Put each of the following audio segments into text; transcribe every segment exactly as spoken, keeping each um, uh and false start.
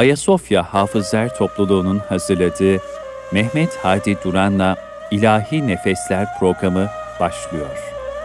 Ayasofya Hafızlar Topluluğu'nun hazırladığı Mehmet Hadi Duran'la İlahi Nefesler programı başlıyor.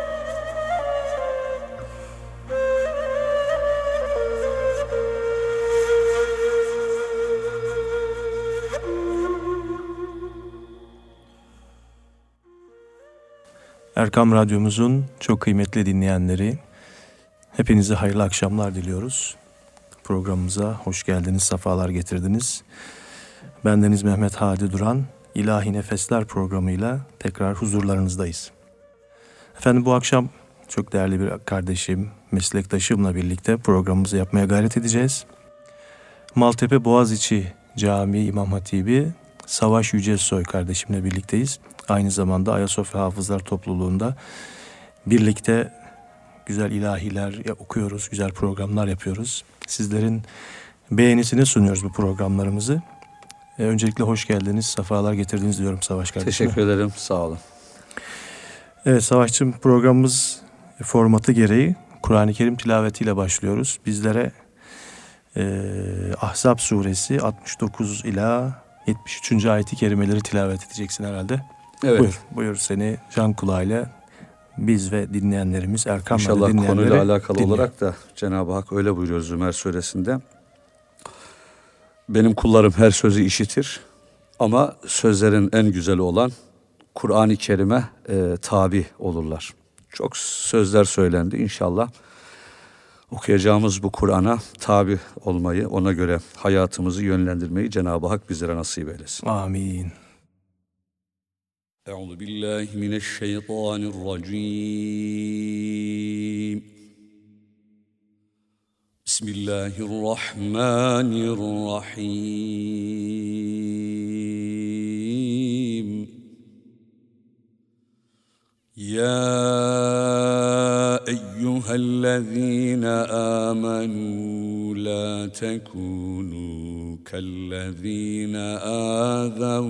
Erkam Radyomuzun çok kıymetli dinleyenleri, hepinize hayırlı akşamlar diliyoruz. Programımıza hoş geldiniz, sefalar getirdiniz. Bendeniz Mehmet Hadi Duran, İlahi Nefesler programıyla tekrar huzurlarınızdayız. Efendim bu akşam çok değerli bir kardeşim, meslektaşımla birlikte programımızı yapmaya gayret edeceğiz. Maltepe Boğaziçi Camii İmam Hatibi Savaş Yücesoy kardeşimle birlikteyiz. Aynı zamanda Ayasofya Hafızlar Topluluğu'nda birlikte güzel ilahiler okuyoruz, güzel programlar yapıyoruz. Sizlerin beğenisine sunuyoruz bu programlarımızı. Ee, öncelikle hoş geldiniz, sefalar getirdiniz diyorum Savaş kardeşim. Teşekkür ederim, sağ olun. Evet Savaş'cığım, programımız formatı gereği Kur'an-ı Kerim tilavetiyle başlıyoruz. Bizlere e, Ahzab suresi altmış dokuz ila yetmiş üçüncü ayeti kerimeleri tilavet edeceksin herhalde. Evet. Buyur, buyur seni can kulağıyla biz ve dinleyenlerimiz, Erkam'la İnşallah dinleyenleri konuyla alakalı dinle. olarak da Cenab-ı Hak öyle buyuruyor Zümer suresinde. Benim kullarım her sözü işitir ama sözlerin en güzeli olan Kur'an-ı Kerim'e e, tabi olurlar. Çok sözler söylendi, inşallah okuyacağımız bu Kur'an'a tabi olmayı, ona göre hayatımızı yönlendirmeyi Cenab-ı Hak bizlere nasip eylesin. Amin. Euzu billahi mineşşeytanirracim. Bismillahirrahmanirrahim. Ya eyyühellezine amenu la tekunu kellezine âzev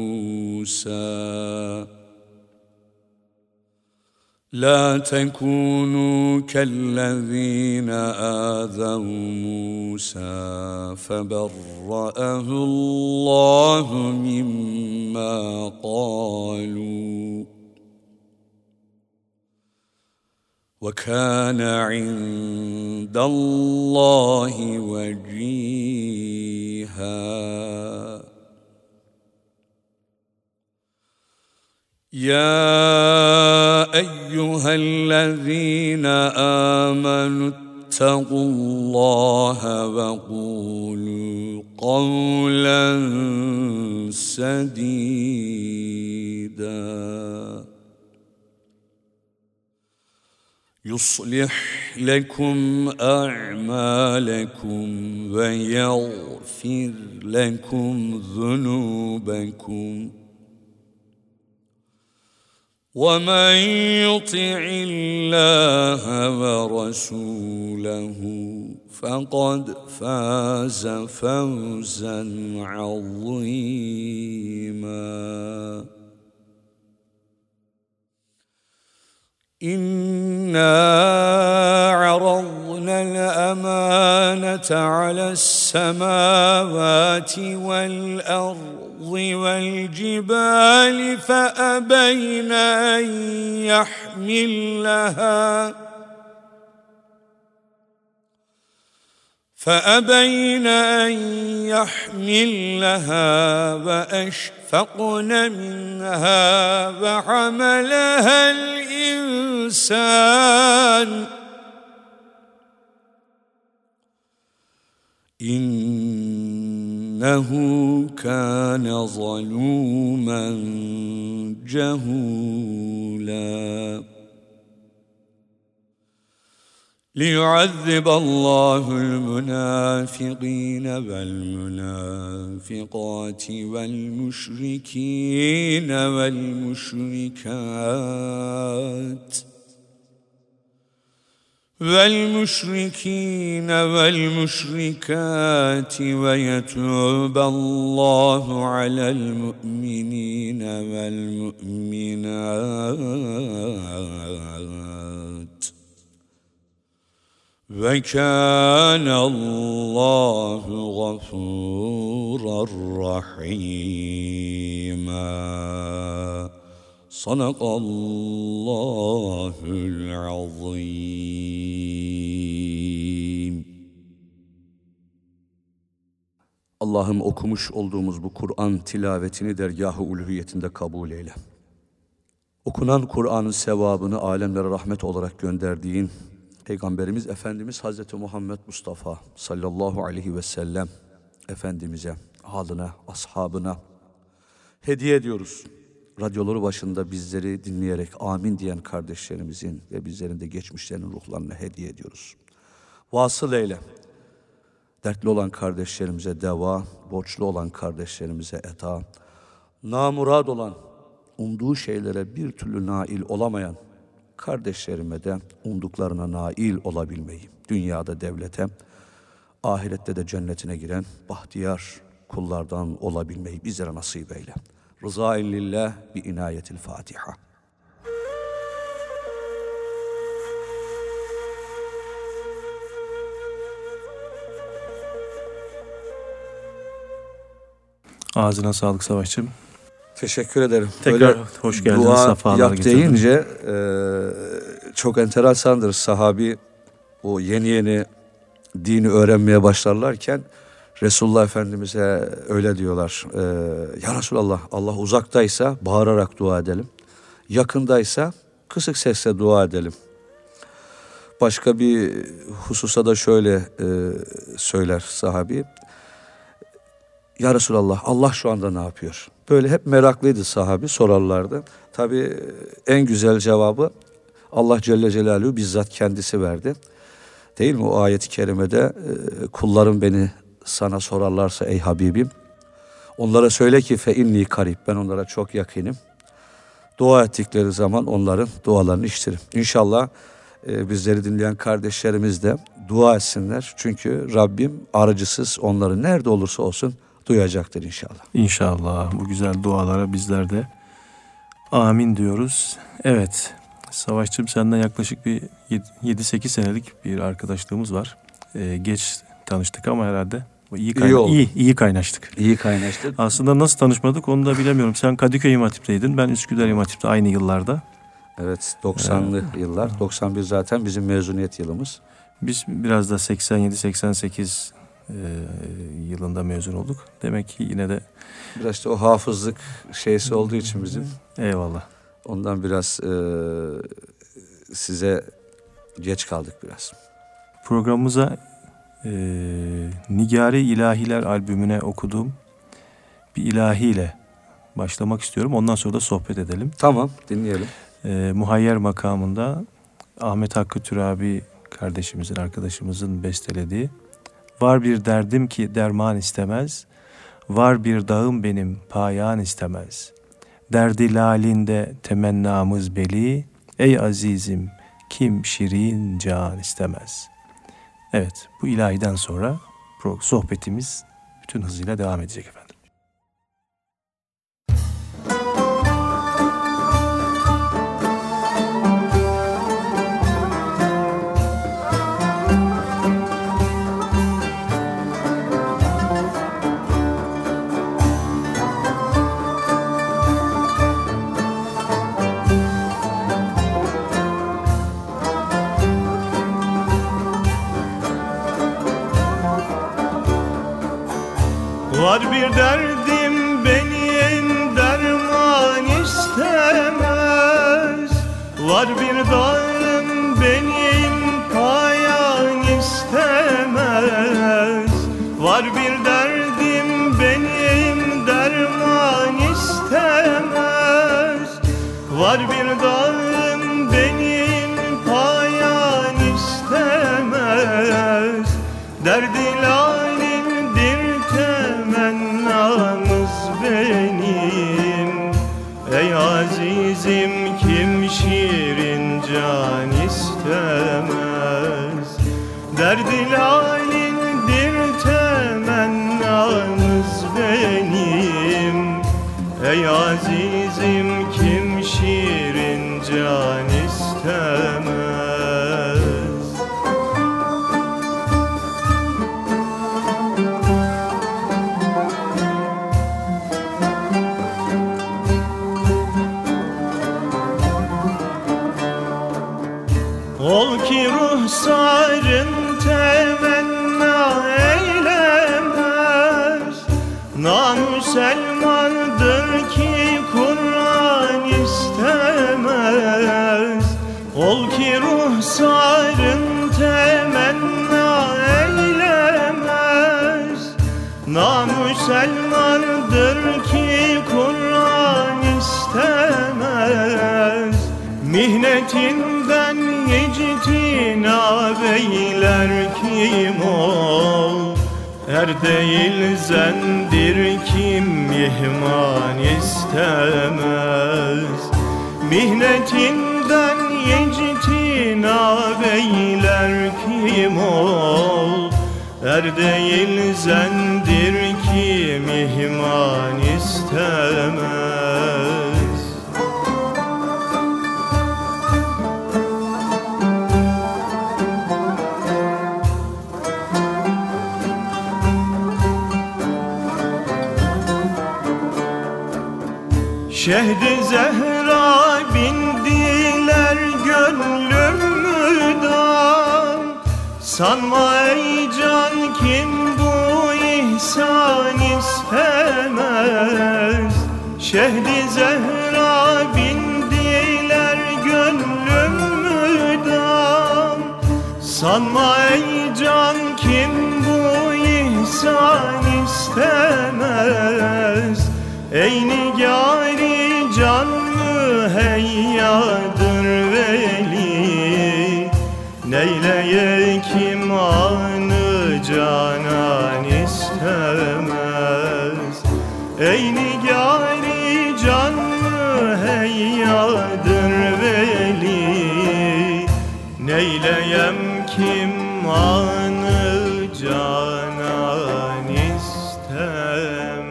Musa La tekunu kellezine âzev Musa feberra'ehullahu mimma kâlû وَكَانَ عِنْدَ اللّٰهِ وَجِيهًا يَا أَيُّهَا الَّذِينَ آمَنُوا اتَّقُوا اللّٰهَ وَقُولُوا قَوْلًا سَدِيدًا يُصْلِحْ لَكُمْ أَعْمَالَكُمْ وَيَغْفِرْ لَكُمْ ذُنُوبَكُمْ وَمَنْ يُطِعِ اللَّهَ وَرَسُولَهُ فَقَدْ فَازَ فَوْزًا عَظِيمًا إِنَّا عَرَضْنَا الْأَمَانَةَ عَلَى السَّمَاوَاتِ وَالْأَرْضِ وَالْجِبَالِ فَأَبَيْنَ أَنْ يَحْمِلْنَهَا فَأَبَيْنَ أَنْ يَحْمِلْنَهَا وَأَشْفَقْنَ مِنْهَا وَحَمَلَهَا الْإِنْسَانُ إِنَّهُ كَانَ ظَلُومًا جَهُولًا ليعذب الله المنافقين والمنافقات والمشركين والمشركات والمشركين والمشركات ويتوب الله على المؤمنين والمؤمنات Ve kâne Allahu gafûran rahîmâ. Sadakallâhul azîm. Allah'ım okumuş olduğumuz bu Kur'an tilavetini dergâh-ı uluhiyetinde kabul eyle. Okunan Kur'an'ın sevabını alemlere rahmet olarak gönderdiğin Peygamberimiz Efendimiz Hazreti Muhammed Mustafa sallallahu aleyhi ve sellem Efendimiz'e, halına, ashabına hediye ediyoruz. Radyoları başında bizleri dinleyerek amin diyen kardeşlerimizin ve bizlerin de geçmişlerinin ruhlarına hediye ediyoruz. Vasıl eyle. Dertli olan kardeşlerimize deva, borçlu olan kardeşlerimize eda, namurad olan, umduğu şeylere bir türlü nail olamayan kardeşlerime de umduklarına nail olabilmeyi, dünyada devlete, ahirette de cennetine giren bahtiyar kullardan olabilmeyi bizlere nasip eyle. Rıza-i lillah bi inayetil Fatiha. Ağzına sağlık Savaşçım. Teşekkür ederim. Tekrar Böyle hoş geldiniz. Dua Safalar yap getirdin. deyince e, çok enteresandır. Sahabi o yeni yeni dini öğrenmeye başlarlarken Resulullah Efendimiz'e öyle diyorlar. E, ya Resulallah, Allah uzaktaysa bağırarak dua edelim. Yakındaysa kısık sesle dua edelim. Başka bir hususa da şöyle e, söyler sahabi. Ya Resulallah, Allah şu anda ne yapıyor? Böyle hep meraklıydı sahabi, sorarlardı. Tabii en güzel cevabı Allah Celle Celaluhu bizzat kendisi verdi. Değil mi o ayet-i kerimede? Kullarım beni sana sorarlarsa ey Habibim, onlara söyle ki fe inni karib, ben onlara çok yakınım. Dua ettikleri zaman onların dualarını işitirim. İnşallah e, bizleri dinleyen kardeşlerimiz de dua etsinler. Çünkü Rabbim aracısız onları nerede olursa olsun duyacaktır inşallah. İnşallah bu güzel dualara bizler de amin diyoruz. Evet Savaşçım, senden yaklaşık bir yedi sekiz senelik bir arkadaşlığımız var. Ee, geç tanıştık ama herhalde iyi, kayna- iyi, iyi, iyi kaynaştık. İyi kaynaştık. Aslında nasıl tanışmadık onu da bilemiyorum. Sen Kadıköy İmam Hatip'teydin, ben Üsküdar İmam Hatip'te aynı yıllarda. Evet, doksanlı evet. yıllar. doksan bir zaten bizim mezuniyet yılımız. Biz biraz da seksen yedi seksen sekiz e, yılında mezun olduk. Demek ki yine de biraz işte o hafızlık şeysi olduğu için bizim. Eyvallah. Ondan biraz e, size geç kaldık biraz. Programımıza e, Nigari İlahiler albümüne okuduğum bir ilahiyle başlamak istiyorum. Ondan sonra da sohbet edelim. Tamam, dinleyelim. E, Muhayyer makamında Ahmet Hakkı Türabi kardeşimizin, arkadaşımızın bestelediği var bir derdim ki derman istemez, var bir dağım benim payan istemez. Derdi lalinde temennamız beli, ey azizim kim şirin can istemez. Evet, bu ilahiden sonra sohbetimiz bütün hızıyla devam edecek efendim. Var bir derdim benim derman istemez, var bir dağım benim payan istemez, var bir derdim benim derman istemez, var bir dağım benim payan istemez, derdi benim, ey azizim kim şirin can istemez. Derdi lalindir temennamız benim, ey azizim kim şirin can istemez. Müslümandır ki Kur'an istemez. Ol ki ruhsarın temenna eylemez. Namüselmandır ki Kur'an istemez. Mihnetinden ictinab eyler kim ol. Er değil zendir kim mihman istemez. Mihnetinden ictinab eyler kim ol. Er değil zendir ki mihman istemez. Şehd-i Zehra bindiler gönlümden. Sanma ey can kim bu ihsan istemez. Şehd-i Zehra bindiler gönlümden. Sanma ey can kim bu ihsan istemez. Ey nigâri can müheyyadır veli. Neyleye kim anı canan istemez. Ey nigâri can müheyyadır veli. Neyleyem kim anı canan istemez.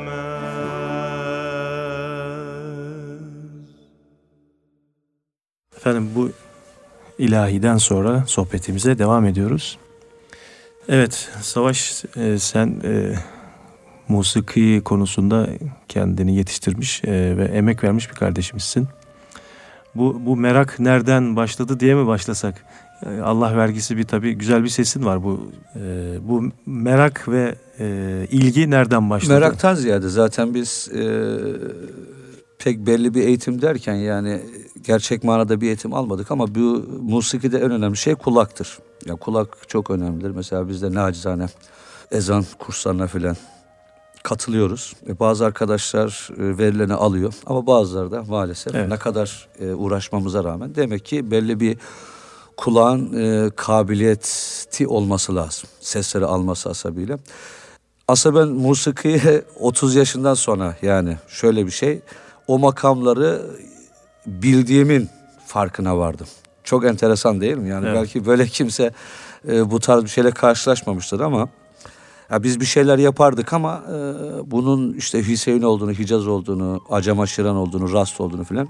Efendim bu ilahiden sonra sohbetimize devam ediyoruz. Evet Savaş, e, sen e, musiki konusunda kendini yetiştirmiş e, ve emek vermiş bir kardeşimizsin. Bu bu merak nereden başladı diye mi başlasak? E, Allah vergisi bir tabii güzel bir sesin var. Bu e, bu merak ve e, ilgi nereden başladı? Meraktan ziyade zaten biz e, pek belli bir eğitim derken yani gerçek manada bir eğitim almadık ama bu musikide en önemli şey kulaktır. Yani kulak çok önemlidir. Mesela biz de nacizane ezan kurslarına filan katılıyoruz. E bazı arkadaşlar e, verileni alıyor ama bazıları da maalesef evet. Ne kadar e, uğraşmamıza rağmen demek ki belli bir kulağın e, kabiliyeti olması lazım. Sesleri alması asabıyla. Aslında ben musikiye otuz yaşından sonra yani şöyle bir şey, o makamları bildiğimin farkına vardım. Çok enteresan değil mi? Yani evet. Belki böyle kimse e, bu tarz bir şeyle karşılaşmamıştır ama ya biz bir şeyler yapardık ama e, bunun işte Hüseyin olduğunu, Hicaz olduğunu, Acemaşiran olduğunu, Rast olduğunu filan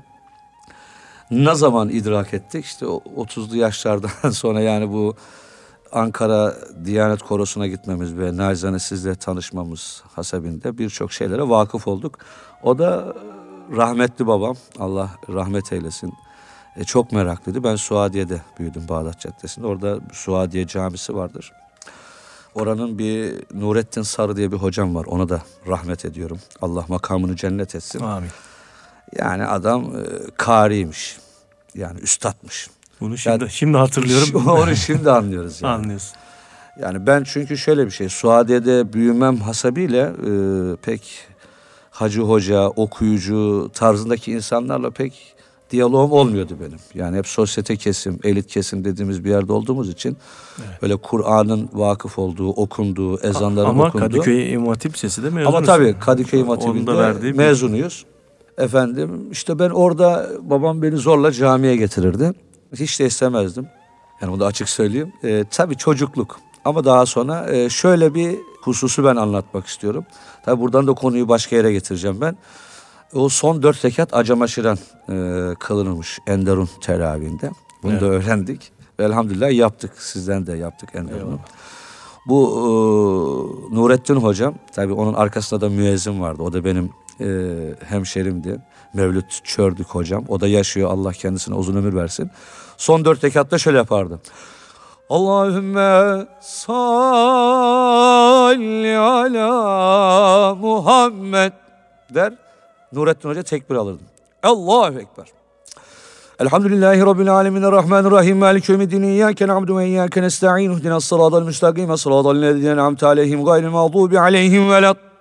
ne zaman idrak ettik? İşte o otuzlu yaşlardan sonra yani bu Ankara Diyanet Korosu'na gitmemiz ve nacizane sizle tanışmamız hasabinde birçok şeylere vakıf olduk. O da rahmetli babam, Allah rahmet eylesin, e, çok meraklıydı. Ben Suadiye'de büyüdüm, Bağdat Caddesi'nde. Orada Suadiye Camisi vardır. Oranın bir Nurettin Sarı diye bir hocam var. Ona da rahmet ediyorum. Allah makamını cennet etsin. Amin. Yani adam e, kâriymiş. Yani üstatmış. Bunu şimdi, yani, şimdi hatırlıyorum. Onu şimdi anlıyoruz yani. Anlıyorsun. Yani ben çünkü şöyle bir şey, Suadiye'de büyümem hasebiyle e, pek hacı hoca, okuyucu tarzındaki insanlarla pek diyaloğum olmuyordu benim. Yani hep sosyete kesim, elit kesim dediğimiz bir yerde olduğumuz için evet. Böyle Kur'an'ın vakıf olduğu, okunduğu, ezanların ama okunduğu. Ama Kadıköy İmam Hatip Lisesi'de mezunuz. Ama tabii Kadıköy İmam Hatip'inde mezunuyuz. Efendim işte ben orada babam beni zorla camiye getirirdi. Hiç de istemezdim. Yani bunu da açık söyleyeyim. Ee, tabii çocukluk. Ama daha sonra e, şöyle bir hususu ben anlatmak istiyorum. Tabii buradan da konuyu başka yere getireceğim ben. O son dört rekat Acemaşiran e, kılınmış Enderun teravihinde. Bunu evet. da öğrendik. Elhamdülillah yaptık. Sizden de yaptık Enderun'u. Bu e, Nurettin hocam, tabii onun arkasında da müezzin vardı. O da benim e, hemşerimdi. Mevlüt Çördük hocam. O da yaşıyor. Allah kendisine uzun ömür versin. Son dört rekatta şöyle yapardı. Allahümme salli ala Muhammed der. Nurettin Hoca tekbir alırdı. Allahu Ekber. Elhamdülillahi Rabbil alemin, Errahmanirrahim, Maliki yevmiddin, İyyâke na'budu ve İyyâke nesta'in, ihdinas sıratal müstakîm, sıratal lezîne en'amte aleyhim, gayril mağdûbi aleyhim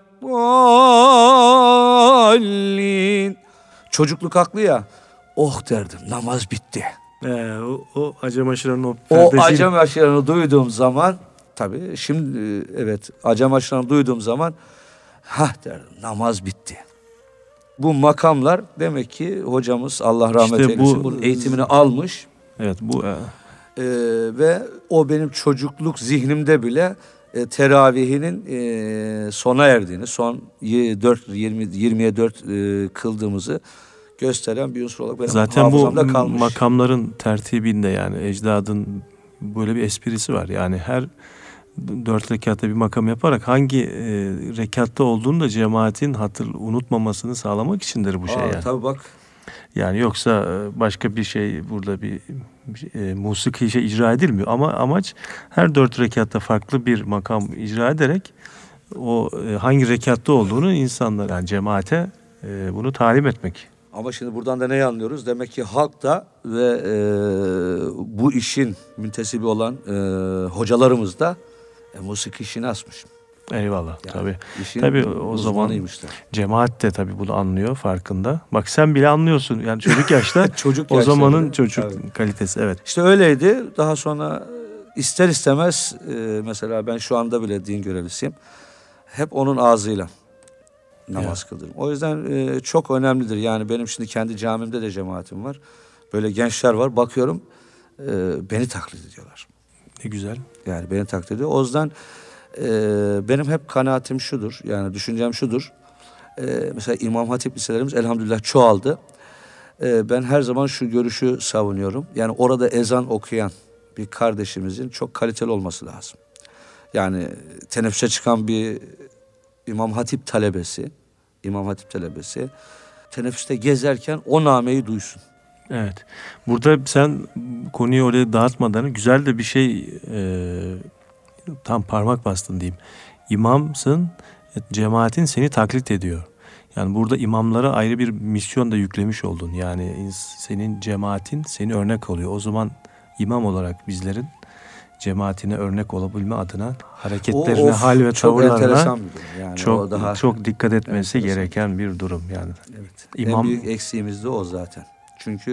veleddâllîn. Çocukluk aklı ya, oh derdim, namaz bitti. Ee, o, o Acem aşılarının o O perdesiyle... Acem aşılarını duyduğum zaman, tabii şimdi evet Acem aşılarını duyduğum zaman, hah derdim, namaz bitti. Bu makamlar demek ki hocamız Allah rahmet İşte eylesin bu- bunun eğitimini almış. Evet bu... e, Ee, ve o benim çocukluk zihnimde bile e, teravihinin e, sona erdiğini, son dört yirmi yirmiye dört e, kıldığımızı gösteren bir unsur olarak benim Zaten bu hafızamda kalmış. makamların tertibinde yani ecdadın böyle bir esprisi var. Yani her dört rekatta bir makam yaparak hangi e, rekatta olduğunu da cemaatin hatır unutmamasını sağlamak içindir bu şey Aa, yani. Tabii bak. Yani yoksa e, başka bir şey burada bir e, musiki şey icra edilmiyor ama amaç her dört rekatta farklı bir makam icra ederek o e, hangi rekatta olduğunu insanlar yani cemaate e, bunu talim etmek. Ama şimdi buradan da neyi anlıyoruz? Demek ki halk da ve e, bu işin müntesibi olan e, hocalarımız da e, musiki işini asmış. Eyvallah Yani tabii. işin Tabii o zaman uzmanıymışlar. cemaat de tabii bunu anlıyor, farkında. Bak sen bile anlıyorsun yani çocuk yaşta Çocuk o yaşta zamanın bile, çocuk tabii. kalitesi evet. İşte öyleydi. Daha sonra ister istemez e, mesela ben şu anda bile din görevlisiyim. Hep onun ağzıyla namaz Ya. kıldırırım. O yüzden e, çok önemlidir. Yani benim şimdi kendi camimde de cemaatim var. Böyle gençler var. Bakıyorum e, beni taklit ediyorlar. Ne güzel. Yani beni taklit ediyor. O yüzden e, benim hep kanaatim şudur. Yani düşüncem şudur. E, mesela İmam Hatip liselerimiz elhamdülillah çoğaldı. E, ben her zaman şu görüşü savunuyorum. Yani orada ezan okuyan bir kardeşimizin çok kaliteli olması lazım. Yani teneffüse çıkan bir İmam Hatip talebesi, İmam Hatip talebesi teneffüste gezerken o nameyi duysun. Evet. Burada sen konuyu oraya dağıtmadan güzel de bir şey e, tam parmak bastın diyeyim. İmamsın, cemaatin seni taklit ediyor. Yani burada imamlara ayrı bir misyon da yüklemiş oldun. Yani senin cemaatin seni örnek oluyor. O zaman imam olarak bizlerin cemaatine örnek olabilme adına hareketlerine, O, of, hal ve çok tavırlarına enteresan bir durum. Yani çok o daha, çok dikkat etmesi enteresan. gereken bir durum yani. Evet. İmam- En büyük eksiğimiz de o zaten. Çünkü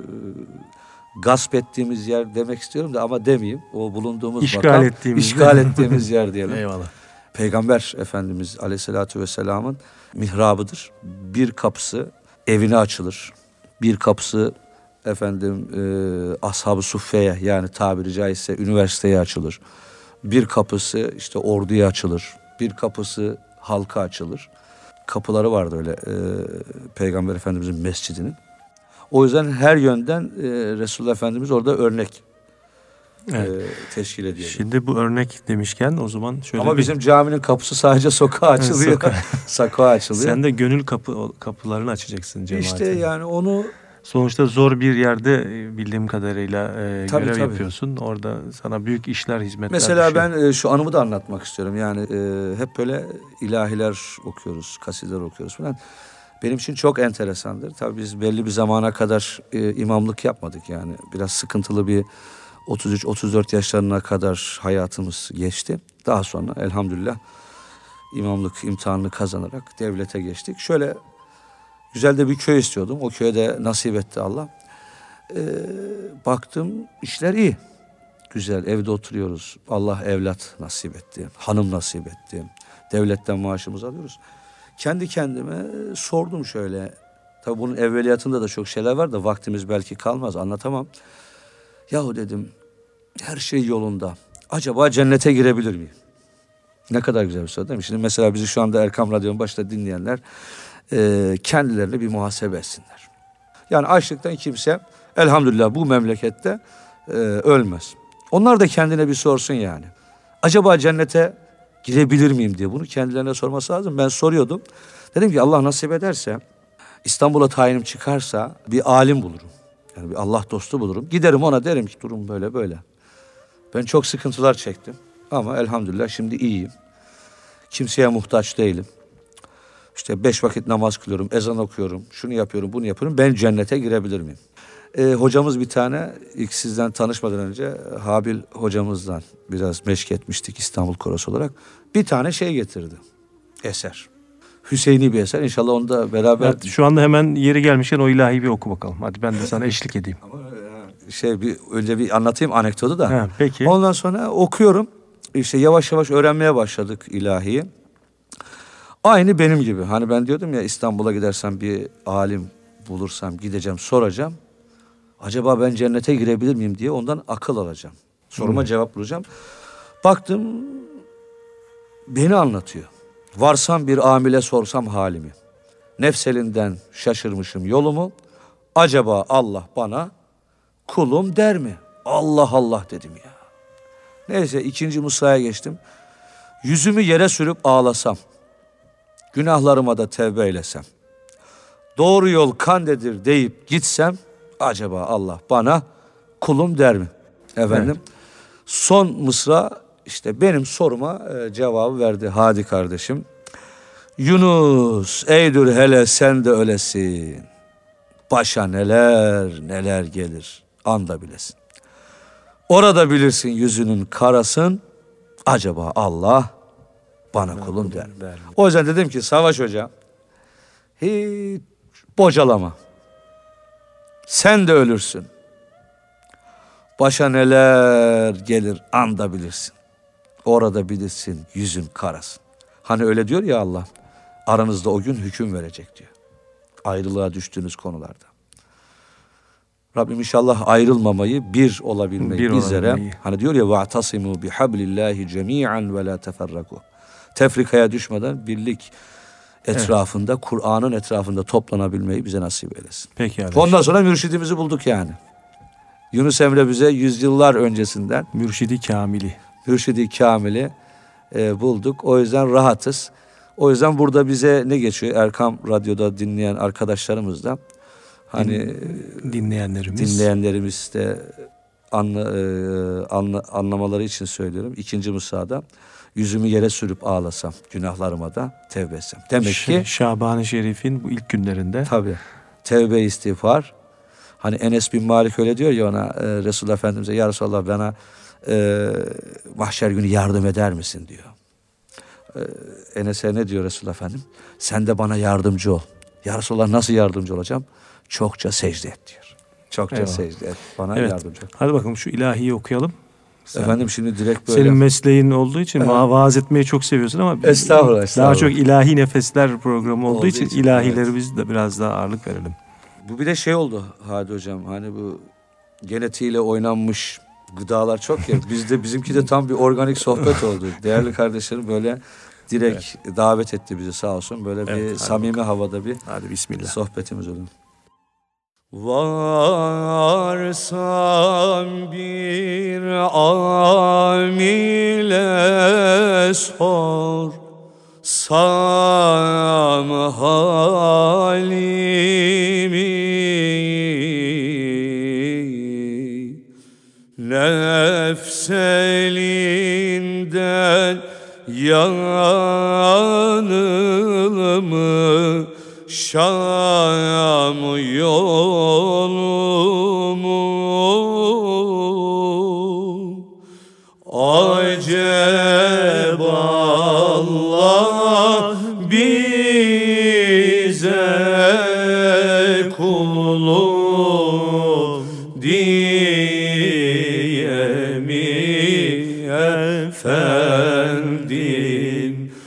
e, gasp ettiğimiz yer demek istiyorum da ama demeyeyim. O bulunduğumuz İşgal makam ettiğimiz işgal yer. ettiğimiz yer diyelim. Eyvallah. Peygamber Efendimiz Aleyhisselatü Vesselam'ın mihrabıdır. Bir kapısı evine açılır. Bir kapısı efendim e, Ashab-ı Suffe'ye yani tabiri caizse üniversiteye açılır. Bir kapısı işte orduya açılır. Bir kapısı halka açılır. Kapıları vardı öyle e, Peygamber Efendimizin mescidinin. O yüzden her yönden e, Resulullah Efendimiz orada örnek Evet. e, teşkil ediyor. Şimdi bu örnek demişken o zaman şöyle Ama bir... bizim caminin kapısı sadece sokağa açılıyor. Sokağa. Sokağa açılıyor. Sen de gönül kapı kapılarını açacaksın cemaatin. İşte yani onu Sonuçta zor bir yerde e, bildiğim kadarıyla e, Tabii, görev tabii. yapıyorsun. Orada sana büyük işler, hizmetler mesela düşüyor. ben e, şu anımı da anlatmak istiyorum. Yani e, hep böyle ilahiler okuyoruz, kasideler okuyoruz falan. Benim için çok enteresandır. Tabii biz belli bir zamana kadar e, imamlık yapmadık yani. Biraz sıkıntılı bir otuz üç otuz dört yaşlarına kadar hayatımız geçti. Daha sonra elhamdülillah imamlık imtihanını kazanarak devlete geçtik. Şöyle güzel de bir köy istiyordum. O köye de nasip etti Allah. Ee, baktım işler iyi. Güzel evde oturuyoruz. Allah evlat nasip etti. Hanım nasip etti. Devletten maaşımızı alıyoruz. Kendi kendime sordum şöyle. Tabii bunun evveliyatında da çok şeyler var da vaktimiz belki kalmaz anlatamam. Yahu dedim her şey yolunda. Acaba cennete girebilir miyim? Ne kadar güzel bir soru değil mi? Şimdi mesela bizi şu anda Erkam Radyo'nun başında dinleyenler e, kendilerine bir muhasebe etsinler. Yani açlıktan kimse elhamdülillah bu memlekette e, ölmez. Onlar da kendine bir sorsun yani. Acaba cennete girebilir miyim diye bunu kendilerine sorması lazım. Ben soruyordum. Dedim ki Allah nasip ederse İstanbul'a tayinim çıkarsa bir alim bulurum. Yani bir Allah dostu bulurum. Giderim ona derim ki durum böyle böyle. Ben çok sıkıntılar çektim. Ama elhamdülillah şimdi iyiyim. Kimseye muhtaç değilim. işte beş vakit namaz kılıyorum, ezan okuyorum, şunu yapıyorum, bunu yapıyorum. Ben cennete girebilir miyim? Ee, hocamız bir tane, ilk sizden tanışmadan önce Habil hocamızdan biraz meşk etmiştik İstanbul Korosu olarak. Bir tane şey getirdi, eser. Hüseyini bir eser. İnşallah onu da beraber... Evet, şu anda hemen yeri gelmişken o ilahi bir oku bakalım. Hadi ben de sana eşlik edeyim. Ama şey bir önce bir anlatayım anekdotu da. Ha, peki. Ondan sonra okuyorum. İşte yavaş yavaş öğrenmeye başladık ilahiyi. Aynı benim gibi. Hani ben diyordum ya, İstanbul'a gidersem bir alim bulursam gideceğim, soracağım. Acaba ben cennete girebilir miyim diye ondan akıl alacağım. Soruma hmm. cevap bulacağım. Baktım beni anlatıyor. Varsam bir amile sorsam halimi. Nefselinden şaşırmışım yolumu. Acaba Allah bana kulum der mi? Allah Allah dedim ya. Neyse ikinci mısraya geçtim. Yüzümü yere sürüp ağlasam. Günahlarıma da tevbe eylesem. Doğru yol kandedir deyip gitsem. Acaba Allah bana kulum der mi? Efendim. Evet. Son mısra işte benim soruma e, cevabı verdi Hadi kardeşim. Yunus eydür hele sen de ölesin. Başa neler neler gelir anda bilesin. Orada bilirsin yüzünün karasın. Acaba Allah bana kulum, kulum der mi? der mi? O yüzden dedim ki Savaş Hoca hiç bocalama. Sen de ölürsün. Başa neler gelir anda bilirsin. Orada bilirsin yüzün karasın. Hani öyle diyor ya Allah. Aranızda o gün hüküm verecek diyor. Ayrılığa düştüğünüz konularda. Rabbim inşallah ayrılmamayı, bir olabilmeyi bir bizlere. Olabilmeyi. Hani diyor ya وَاَعْتَصِمُوا بِحَبْلِ اللّٰهِ جَمِيعًا وَلَا تَفَرَّقُوا. Tefrikaya düşmeden birlik etrafında, evet. Kur'an'ın etrafında toplanabilmeyi bize nasip eylesin. Peki abi. Ondan sonra mürşidimizi bulduk yani. Yunus Emre bize yüzyıllar öncesinden Mürşidi Kamil'i. Mürşidi Kamil'i e, bulduk. O yüzden rahatız. O yüzden burada bize ne geçiyor? Erkam Radyo'da dinleyen arkadaşlarımız da hani Din, dinleyenlerimiz dinleyenlerimiz de anla, e, anla, anlamaları için söylüyorum. İkinci mısrada yüzümü yere sürüp ağlasam, günahlarıma da tevbe etsem. Demek Ş- ki Şaban-ı Şerif'in bu ilk günlerinde. Tabii. Tevbe istiğfar. Hani Enes bin Malik öyle diyor ya ona, e, Resulullah Efendimiz'e ya Resulallah bana e, mahşer günü yardım eder misin diyor. E, Enes'e ne diyor Resulullah Efendim? Sen de bana yardımcı ol. Ya Resulallah nasıl yardımcı olacağım? Çokça secde et diyor. Çokça Eyvallah. secde et. Bana evet. yardımcı ol. Hadi bakalım şu ilahiyi okuyalım. Sen, Efendim şimdi direkt böyle. Senin mesleğin olduğu için evet. vaaz etmeyi çok seviyorsun ama estağfurullah, estağfurullah. Daha çok ilahi nefesler programı olduğu, olduğu için, için ilahilerimiz evet. de biraz daha ağırlık verelim. Bu bir de şey oldu Hadi Hocam, hani bu genetiğiyle oynanmış gıdalar çok ya. Bizde bizimki de tam bir organik sohbet oldu. Değerli kardeşlerim böyle direkt evet. davet etti bizi sağ olsun. Böyle evet, bir samimi bakalım. havada bir hadi bismillah. sohbetimiz oldu. Varsam bir amile sor sam halimi nefselinden yanılımı Şam yolumu acep Allah bize kulum diye mi efendim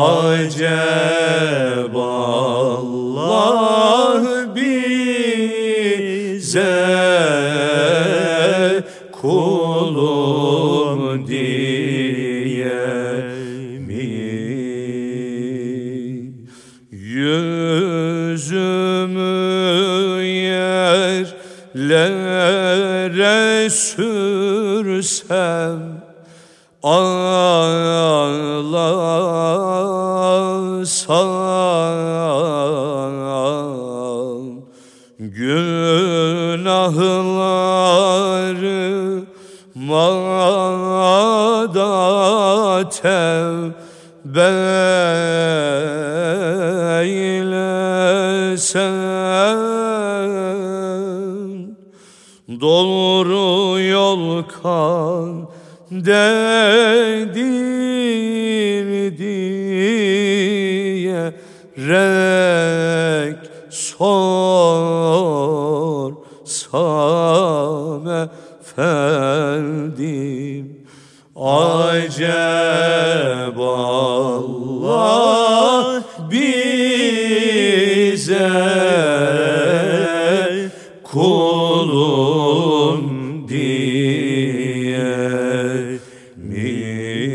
acep Allah bize kulum diye mi yüzümü yerlere sürsem ağlasam günahlarıma da tevbe doğru yol kaderdir diyerek sorsam efendim, acep Allah bize kulun diye mi?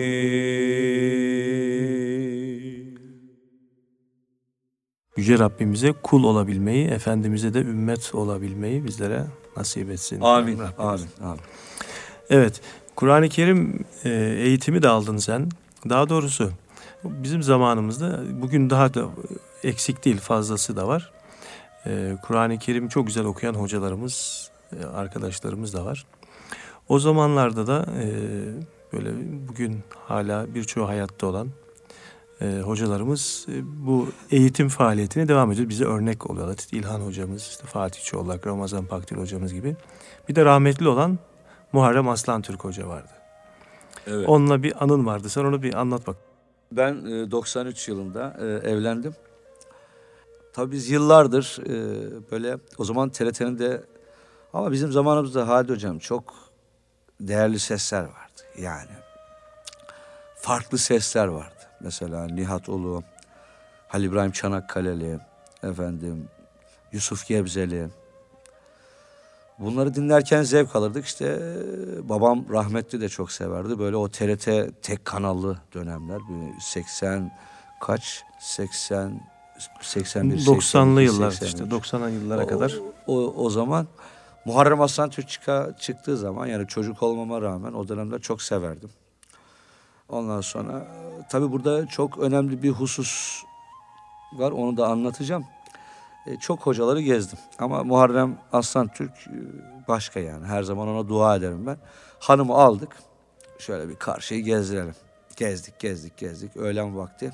Yüce Rabbimize kul olabilmeyi, Efendimiz'e de ümmet olabilmeyi bizlere nasip etsin. Amin, amin, amin. Evet, Kur'an-ı Kerim e, eğitimi de aldın sen. Daha doğrusu bizim zamanımızda bugün daha da eksik değil, fazlası da var. E, Kur'an-ı Kerim çok güzel okuyan hocalarımız, e, arkadaşlarımız da var. O zamanlarda da e, böyle bugün hala birçoğu hayatta olan e, hocalarımız e, bu eğitim faaliyetine devam ediyor. Bize örnek oluyor. Latif İlhan hocamız, işte Fatih Çoğlak, Ramazan Pakdil hocamız gibi. Bir de rahmetli olan Muharrem Aslantürk Hoca vardı. Evet. Onunla bir anın vardı. Sen onu bir anlat bak. Ben e, doksan üç yılında e, evlendim. Tabii biz yıllardır e, böyle o zaman T R T'nin de, ama bizim zamanımızda Hadi Hocam çok değerli sesler vardı. Yani farklı sesler vardı. Mesela Nihat Ulu, Halil İbrahim Çanakkale'li, efendim Yusuf Gebzeli. Bunları dinlerken zevk alırdık. İşte babam rahmetli de çok severdi. Böyle o T R T tek kanallı dönemler. seksen kaç? seksen seksen bir doksanlı seksen iki, yıllar seksen üç. işte doksanlı yıllara o, kadar. O, o zaman Muharrem Aslantürk çıka, çıktığı zaman, yani çocuk olmama rağmen o dönemler çok severdim. Ondan sonra tabii burada çok önemli bir husus var. Onu da anlatacağım. E, çok hocaları gezdim. Ama Muharrem Aslantürk e, başka yani. Her zaman ona dua ederim ben. Hanımı aldık. Şöyle bir karşıyı gezdirelim. Gezdik, gezdik, gezdik. Öğlen vakti.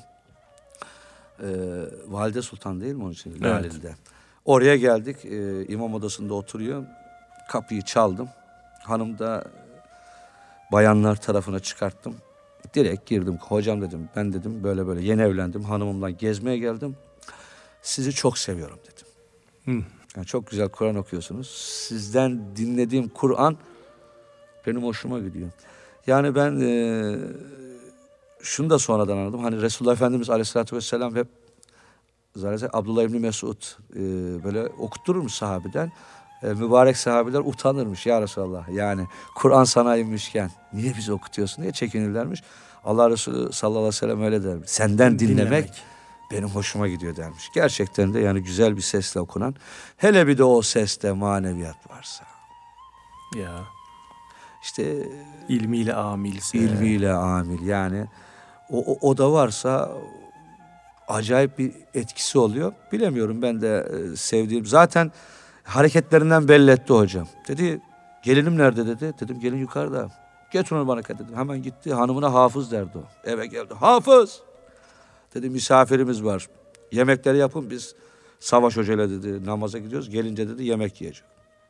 E, Valide Sultan değil mi onun için? Evet. Laleli'de. Oraya geldik. E, imam odasında oturuyor. Kapıyı çaldım. Hanım da bayanlar tarafına çıkarttım. Direkt girdim. Hocam dedim, ben dedim böyle böyle yeni evlendim. Hanımımla gezmeye geldim. Sizi çok seviyorum dedim. Hı. Yani çok güzel Kur'an okuyorsunuz. Sizden dinlediğim Kur'an benim hoşuma gidiyor. Yani ben e, şunu da sonradan anladım. Hani Resulullah Efendimiz Aleyhisselatü Vesselam hep zaten Abdullah İbni Mesud e, böyle okuttururmuş sahabeden. E, mübarek sahabeler utanırmış ya Resulallah. Yani Kur'an sana inmişken niye bizi okutuyorsun diye çekinirlermiş. Allah Resulü sallallahu aleyhi ve sellem öyle der. Senden dinlemek, dinlemek benim hoşuma gidiyor dermiş. Gerçekten de yani güzel bir sesle okunan. Hele bir de o seste maneviyat varsa. Ya. İşte ilmiyle amilse. İlmiyle amil yani. O, o, o da varsa acayip bir etkisi oluyor. Bilemiyorum, ben de e, sevdiğim. Zaten hareketlerinden belli etti hocam. Dedi gelinim nerede dedi. Dedim gelin yukarıda. Getir onu bana dedim. Hemen gitti, hanımına Hafız derdi o. Eve geldi. Hafız! Dedi misafirimiz var. Yemekleri yapın, biz Savaş Hoca'yla dedi namaza gidiyoruz. Gelince dedi yemek yiyecek.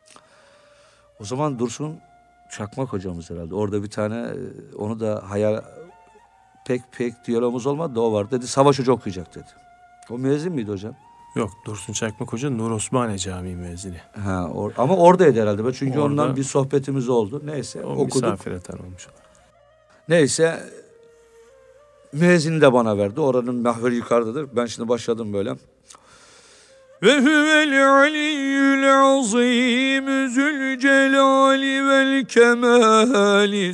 O zaman Dursun Çakmak hocamız herhalde. Orada bir tane, onu da hayal pek pek diyalogumuz olmadı da o var. Dedi Savaş Hoca okuyacak dedi. O müezzin miydi hocam? Yok, Dursun Çakmak Hoca Nur Osmaniye Camii müezzini. Ha, or, ama oradaydı herhalde. Çünkü Orada, ondan bir sohbetimiz oldu. Neyse o okuduk. misafir eten olmuş. Neyse müezzini de bana verdi. Oranın mahveri yukarıdadır. Ben şimdi başladım böyle. Ve huvel aliyyül azim zülcelali vel kemali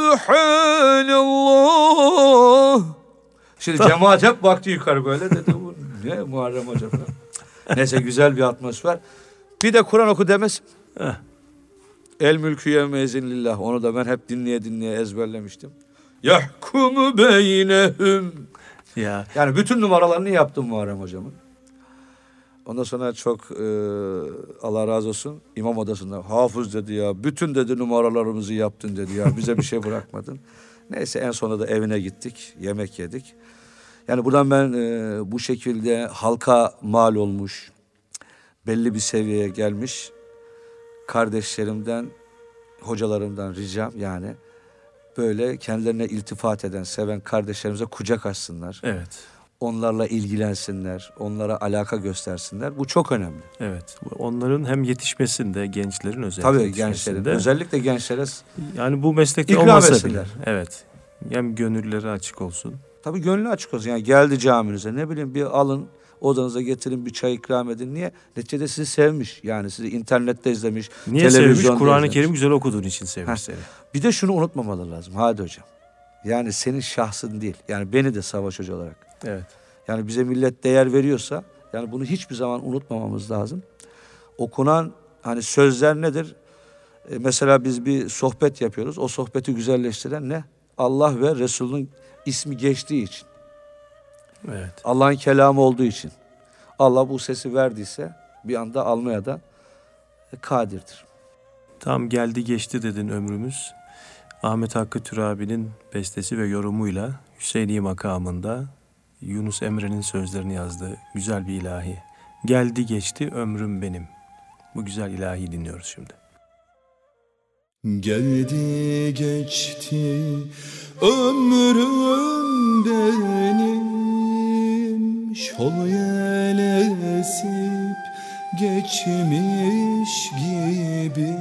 Sübhanallah. Şimdi cemaat hep baktı yukarı böyle, dedi bu ne Muharrem Hoca falan. Neyse güzel bir atmosfer. Bir de Kur'an oku demesin. El mülkü yevme izinlillah. Onu da ben hep dinleye dinleye ezberlemiştim. Yahkumu beynehum. Ya. Yani bütün numaralarını yaptım Muharrem Hocam'ın. Ondan sonra çok e, Allah razı olsun imam odasında Hafız dedi ya, bütün dedi numaralarımızı yaptın dedi ya, bize bir şey bırakmadın. Neyse en sonunda da evine gittik, yemek yedik. Yani buradan ben e, bu şekilde halka mal olmuş, belli bir seviyeye gelmiş kardeşlerimden, hocalarımdan ricam yani böyle kendilerine iltifat eden, seven kardeşlerimize kucak açsınlar. Evet. Onlarla ilgilensinler, onlara alaka göstersinler. Bu çok önemli. Evet. Onların hem yetişmesinde, gençlerin özellikle Tabii gençlerin, özellikle gençlere yani bu meslekte ikram olmasa etsinler. bile. Evet. Hem gönülleri açık olsun. Tabii gönlü açık olsun. Yani geldi caminize, ne bileyim bir alın, odanıza getirin, bir çay ikram edin. Niye? Neticede sizi sevmiş. Yani sizi internette izlemiş, niye sevmiş? Kur'an-ı Kerim güzel okuduğun için sevmiş Heh. seni. Bir de şunu unutmamalı lazım Hadi hocam. Yani senin şahsın değil. Yani beni de Savaş Hoca olarak. Evet. Yani bize millet değer veriyorsa yani bunu hiçbir zaman unutmamamız lazım. Okunan hani sözler nedir? E mesela biz bir sohbet yapıyoruz. O sohbeti güzelleştiren ne? Allah ve Resulünün ismi geçtiği için. Evet. Allah'ın kelamı olduğu için. Allah bu sesi verdiyse bir anda almaya da kadirdir. Tam geldi geçti dedin ömrümüz. Ahmet Hakkı Türabi'nin bestesi ve yorumuyla Hüseyni makamında Yunus Emre'nin sözlerini yazdığı güzel bir ilahi. Geldi geçti ömrüm benim. Bu güzel ilahi dinliyoruz şimdi. Geldi geçti ömrüm benim, şol yel esip geçmiş gibi.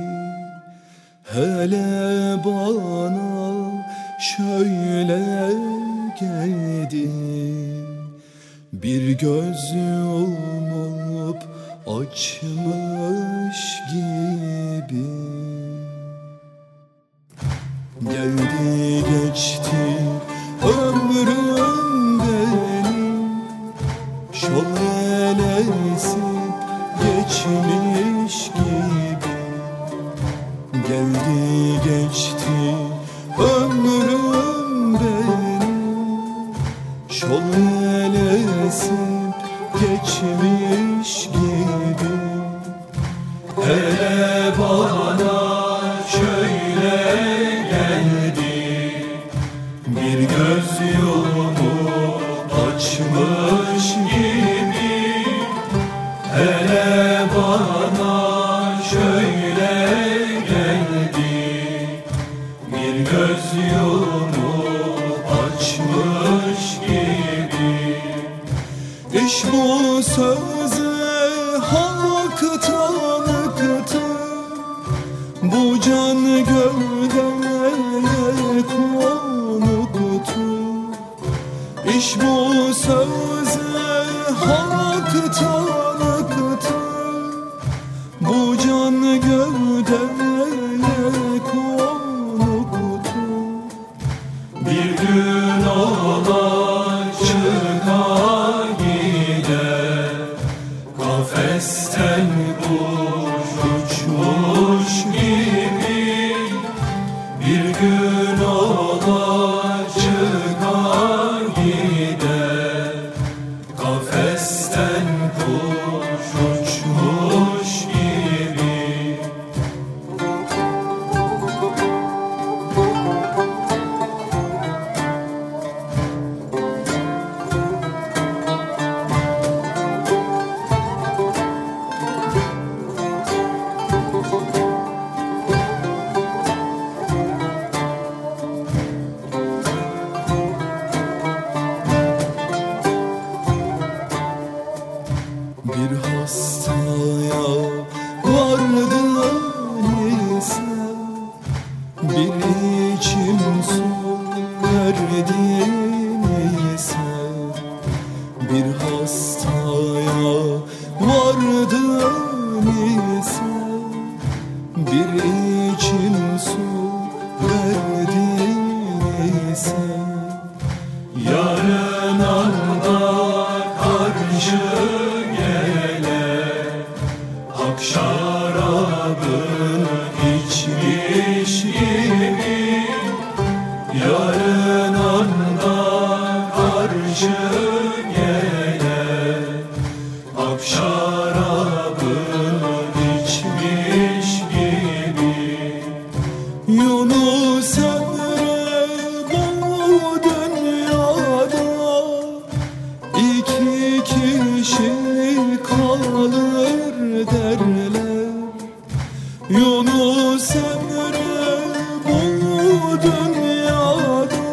Hele bana şöyle geldi, bir göz yumup açmış gibi. Geldi geçti ömrüm benim, şol yel esip geçmiş gibi. Geldi geçti ömrüm benim, şol yel esip geçmiş gibi. Hele bana şöyle geldi, bir göz yumup açmış gibi. Hele bana şöyle geldi, bir göz yumup açmış gibi. İş bu söze haktan kıtı, bu can gövdeye konuktu. İş bu söze haktan kıtı, bu can gövdeye konuktu. Bir gün ola çıka gider, kafesten kuş uçmuş gibi. Bir gün ola çıka gider, kafesten kuş uçmuş gibi. Bir hastaya vardı neyse, bir içim su verdi neyse. Bir hastaya vardı neyse, bir içim su verdi neyse. Yarın anda karşı hak şarabını içmiş gibi. Yarın anda karşı gelen hak şarabını içmiş gibi. Yunus Emre bu dünyada iki kişi kalır. derler. Yunus Emre bu dünyada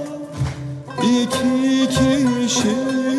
iki kişi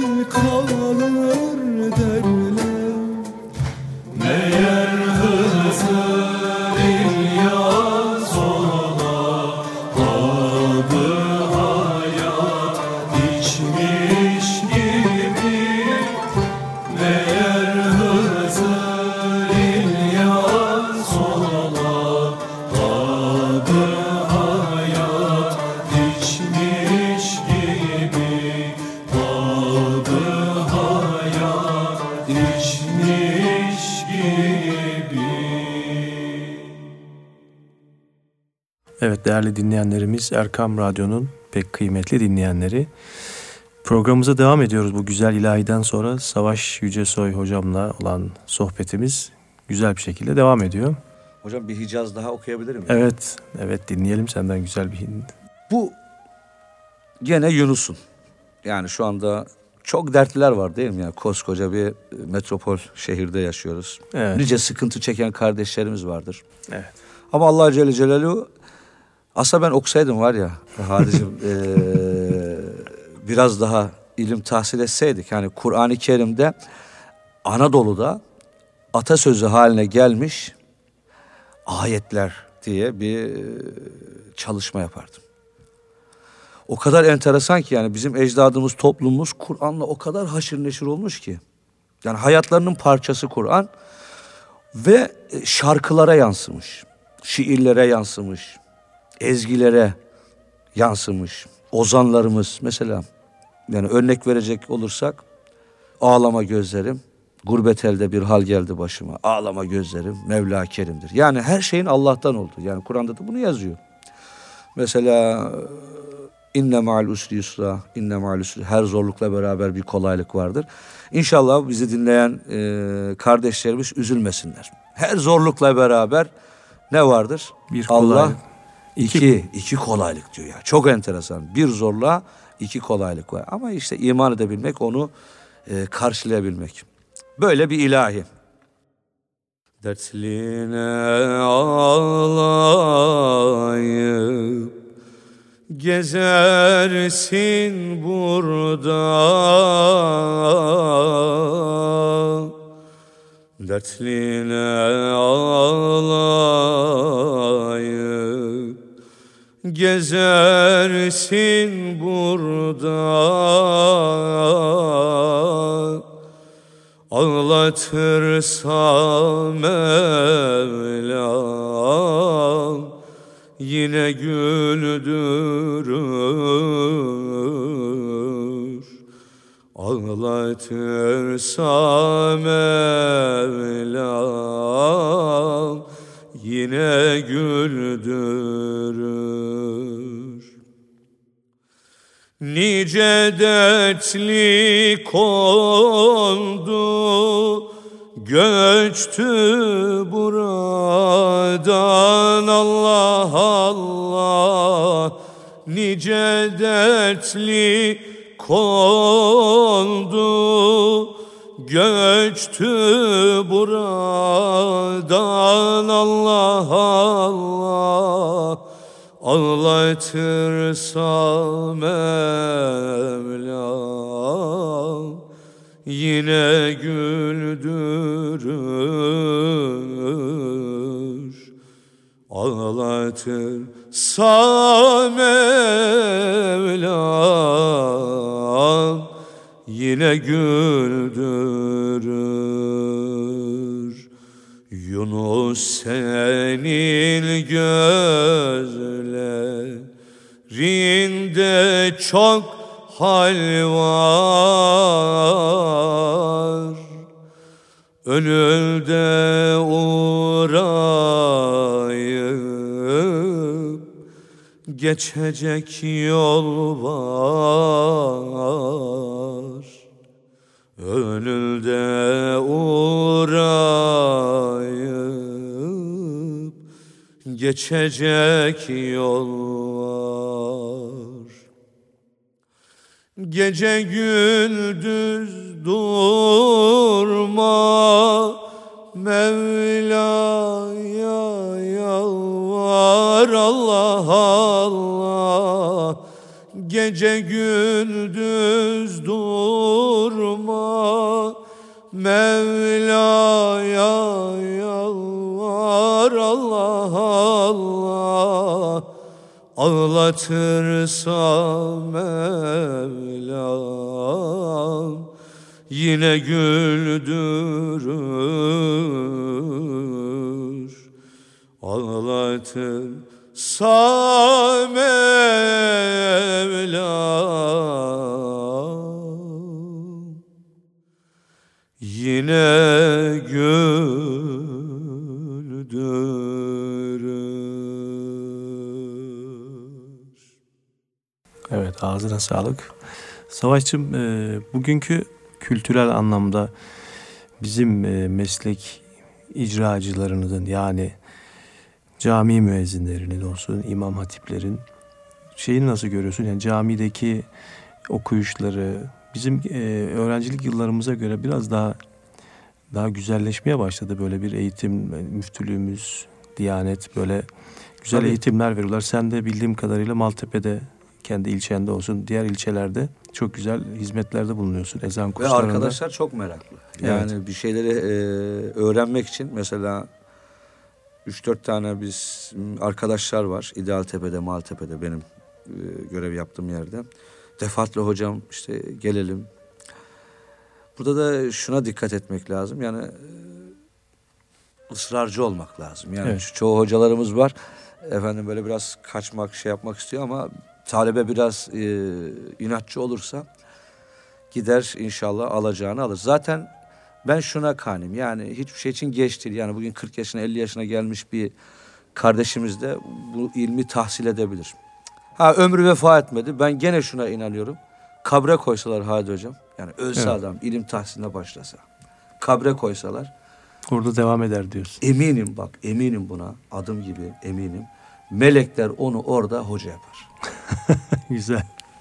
kalır derler. Meğer Hızır İlyas ola adı hayat içmiş gibi. Meğer Hızır İlyas ola adı hayat içmiş gibi. Adı hayat içmiş gibi. Evet değerli dinleyenlerimiz, Erkam Radyo'nun pek kıymetli dinleyenleri, programımıza devam ediyoruz. Bu güzel ilahiden sonra Savaş Yücesoy hocamla olan sohbetimiz güzel bir şekilde devam ediyor. Hocam bir Hicaz daha okuyabilir miyim? Evet, evet dinleyelim senden güzel bir Hind. Bu gene Yunus'un. Yani şu anda çok dertliler var değil mi? Yani koskoca bir metropol şehirde yaşıyoruz. Evet. Nice sıkıntı çeken kardeşlerimiz vardır. Evet. Ama Allah Celle Celaluhu, aslında ben okusaydım var ya Hadicim, eee, biraz daha ilim tahsil etseydik. Yani Kur'an-ı Kerim'de Anadolu'da atasözü haline gelmiş ayetler diye bir eee, çalışma yapardım. O kadar enteresan ki yani bizim ecdadımız, toplumumuz Kur'an'la o kadar haşır neşir olmuş ki. Yani hayatlarının parçası Kur'an ve şarkılara yansımış, şiirlere yansımış, ezgilere yansımış. Ozanlarımız mesela, yani örnek verecek olursak, ağlama gözlerim, gurbet elde bir hal geldi başıma. Ağlama gözlerim, Mevla Kerim'dir. Yani her şeyin Allah'tan olduğu. Yani Kur'an'da da bunu yazıyor. Mesela İnne ma'al usri yusra, inne ma'al usri, her zorlukla beraber bir kolaylık vardır. İnşallah bizi dinleyen e, kardeşlerimiz üzülmesinler. Her zorlukla beraber ne vardır? Bir Allah kolaylık. iki, iki kolaylık diyor ya. Çok enteresan. Bir zorla iki kolaylık var. Ama işte iman edebilmek, onu e, karşılayabilmek. Böyle bir ilahi. Dertline ağlayıp gezersin burada, dertline ağlayıp gezersin burada, ağlatırsa Mevlam yine güldürür. Ağlatırsa Mevlam yine güldürür. Nice dertli kondu, göçtü buradan, Allah Allah. Nice dertli kondu, göçtü buradan, Allah Allah. Ağlatırsa Mevlam yine güldürür. Ağlatırsa Mevlam yine güldürür. Yunus senin gözlerinde çok hal var, önünde uğrayıp geçecek yol var. Önünde uğrayıp geçecek yol var. Gece gündüz durma, Mevla'ya yalvar Allah Allah. Gece gündüz durma. Mevla'ya yalvar Allah Allah. Ağlatırsa Mevlam yine güldürür. Ağlatırsa Mevlam yine güldürür. Evet, ağzına sağlık. Savaşçım, e, bugünkü kültürel anlamda bizim e, meslek icracılarının, yani cami müezzinlerinin olsun, imam hatiplerin şeyini nasıl görüyorsun? Yani camideki okuyuşları bizim e, öğrencilik yıllarımıza göre biraz daha daha güzelleşmeye başladı. Böyle bir eğitim, müftülüğümüz, Diyanet böyle güzel Tabii. eğitimler veriyorlar. Sen de bildiğim kadarıyla Maltepe'de, kendi ilçende olsun, diğer ilçelerde çok güzel hizmetlerde bulunuyorsun. Ezan Ve kurslarında. arkadaşlar çok meraklı. Yani Evet. bir şeyleri e, öğrenmek için mesela üç dört tane biz arkadaşlar var. İdealtepe'de, Maltepe'de benim e, görev yaptığım yerde. Defaatle hocam işte gelelim. Burada da şuna dikkat etmek lazım. Yani e, ısrarcı olmak lazım. Yani Evet. ço- çoğu hocalarımız var. Efendim böyle biraz kaçmak, şey yapmak istiyor ama talebe biraz e, inatçı olursa gider inşallah alacağını alır. Zaten ben şuna kanim, yani hiçbir şey için geç değil. Yani bugün kırk yaşına elli yaşına gelmiş bir kardeşimiz de bu ilmi tahsil edebilir. Ha, ömrü vefa etmedi. Ben gene şuna inanıyorum. Kabre koysalar Hadi hocam, yani ölse Evet. adam ilim tahsiline başlasa, kabre koysalar, Orada devam eder diyorsun. eminim, bak eminim buna, adım gibi eminim. Melekler onu orada hoca yapar. Güzel.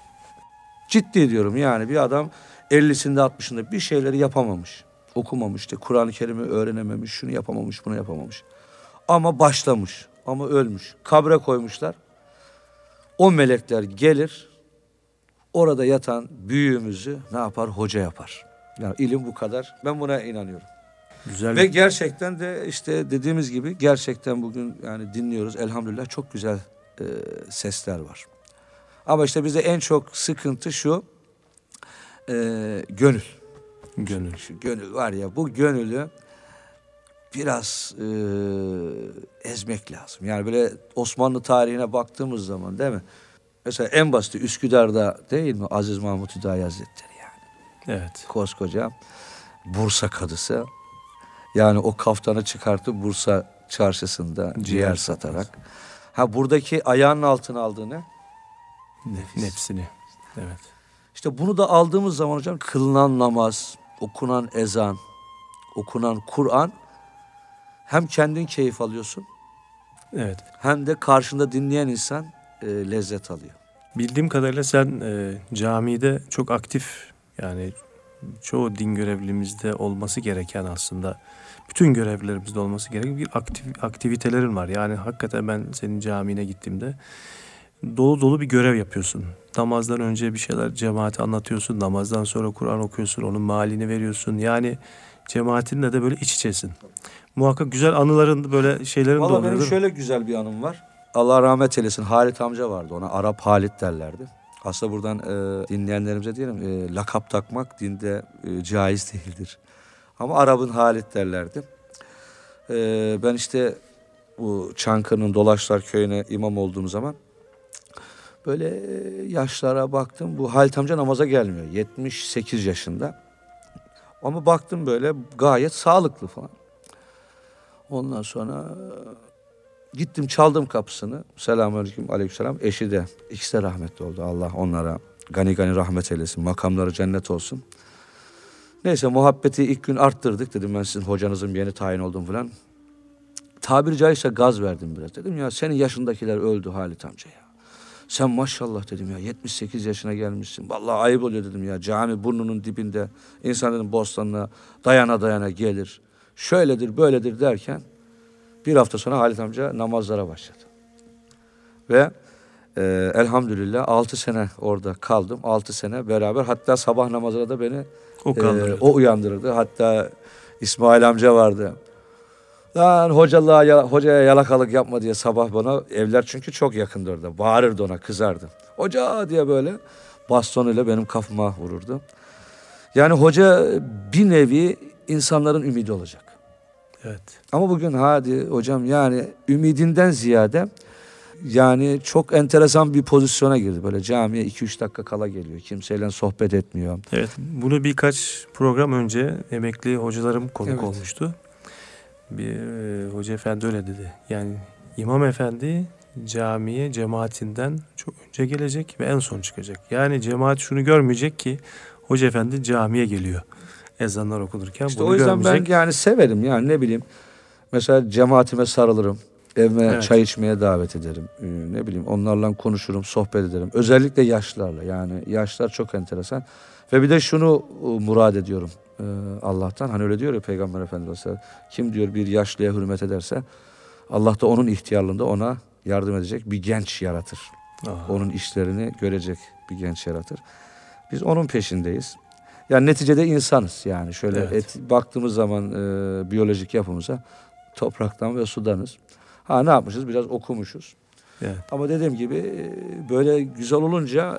Ciddi diyorum, yani bir adam ellisinde altmışında bir şeyleri yapamamış. Okumamış, işte Kur'an-ı Kerim'i öğrenememiş, şunu yapamamış, bunu yapamamış. Ama başlamış, ama ölmüş. Kabre koymuşlar. O melekler gelir, orada yatan büyüğümüzü ne yapar? Hoca yapar. Yani ilim bu kadar. Ben buna inanıyorum. Güzel. Ve gerçekten de işte dediğimiz gibi gerçekten bugün yani dinliyoruz. Elhamdülillah çok güzel e, sesler var. Ama işte bize en çok sıkıntı şu, e, gönül. Gönül. Şu gönül var ya, bu gönülü biraz e, ezmek lazım. Yani böyle Osmanlı tarihine baktığımız zaman, değil mi? Mesela en basiti Üsküdar'da değil mi Aziz Mahmut Hüdayi Hazretleri yani. Evet. Koskoca Bursa kadısı. Yani o kaftanı çıkartıp Bursa çarşısında ciğer, Ciğer satarak. Ha, buradaki ayağının altına aldığını Nefis. Nefsini. Evet. İşte bunu da aldığımız zaman hocam kılınan namaz, okunan ezan, okunan Kur'an, hem kendin keyif alıyorsun Evet. hem de karşında dinleyen insan e, lezzet alıyor. Bildiğim kadarıyla sen e, camide çok aktif, yani çoğu din görevlimizde olması gereken, aslında bütün görevlerimizde olması gereken bir aktif, aktivitelerin var. Yani hakikaten ben senin camine gittiğimde dolu dolu bir görev yapıyorsun. Namazdan önce bir şeyler cemaate anlatıyorsun. Namazdan sonra Kur'an okuyorsun. Onun malini veriyorsun. Yani cemaatinle de böyle iç içesin. Muhakkak güzel anıların, böyle şeylerin de Valla oluyor, benim değil mi? şöyle güzel bir anım var. Allah rahmet eylesin, Halit amca vardı, ona Arap Halit derlerdi. Aslında buradan e, dinleyenlerimize diyelim, e, lakap takmak dinde e, caiz değildir. Ama Arap'ın Halit derlerdi. E, ben işte bu Çankırı'nın Dolaşlar Köyü'ne imam olduğum zaman böyle e, yaşlara baktım. Bu Halit amca namaza gelmiyor. yetmiş sekiz yaşında. Ama baktım böyle gayet sağlıklı falan. Ondan sonra gittim, çaldım kapısını. Selamünaleyküm, aleykümselam. Eşi de, ikisi de rahmetli oldu. Allah onlara gani gani rahmet eylesin. Makamları cennet olsun. Neyse, muhabbeti ilk gün arttırdık. Dedim ben sizin hocanızın bir yeni tayin oldum falan. Tabiri caizse gaz verdim biraz. Dedim ya senin yaşındakiler öldü Halit amca ya. Sen maşallah dedim ya yetmiş sekiz yaşına gelmişsin. Vallahi ayıp oluyor dedim ya. Cami burnunun dibinde. İnsan dedim bostanına dayana dayana gelir. şöyledir böyledir derken bir hafta sonra Halit amca namazlara başladı. Ve e, elhamdülillah altı sene orada kaldım. Altı sene beraber, hatta sabah namazına da beni O e, o uyandırırdı. Hatta İsmail amca vardı. Lan hocalığa, ya, hocaya yalakalık yapma diye sabah bana, evler çünkü çok yakındı orada. Bağırırdı ona, kızardı. Hoca diye böyle bastonuyla benim kafama vururdu. Yani hoca bir nevi insanların ümidi olacak. Evet. Ama bugün hadi hocam yani ümidinden ziyade yani çok enteresan bir pozisyona girdi. Böyle camiye iki üç dakika kala geliyor. Kimseyle sohbet etmiyor. Evet. Bunu birkaç program önce emekli hocalarım konuk Evet. olmuştu. Bir e, hoca efendi öyle dedi. Yani imam efendi camiye cemaatinden çok önce gelecek ve en son çıkacak. Yani cemaat şunu görmeyecek ki hoca efendi camiye geliyor ezanlar okunurken. İşte bunu o yüzden görmeyecek. ben yani severim yani, ne bileyim. Mesela cemaatime sarılırım. Evime Evet. çay içmeye davet ederim. Ee, ne bileyim onlarla konuşurum, sohbet ederim. Özellikle yaşlılarla, yani yaşlar çok enteresan. Ve bir de şunu e, murad ediyorum e, Allah'tan. Hani öyle diyor ya Peygamber Efendimiz, kim diyor bir yaşlıya hürmet ederse Allah da onun ihtiyarlığında ona yardım edecek bir genç yaratır. Aha. Onun işlerini görecek bir genç yaratır. Biz onun peşindeyiz. Yani neticede insanız yani, şöyle Evet. et, baktığımız zaman e, biyolojik yapımıza topraktan ve sudanız. Ha ne yapmışız? Biraz okumuşuz. Evet. Ama dediğim gibi e, böyle güzel olunca,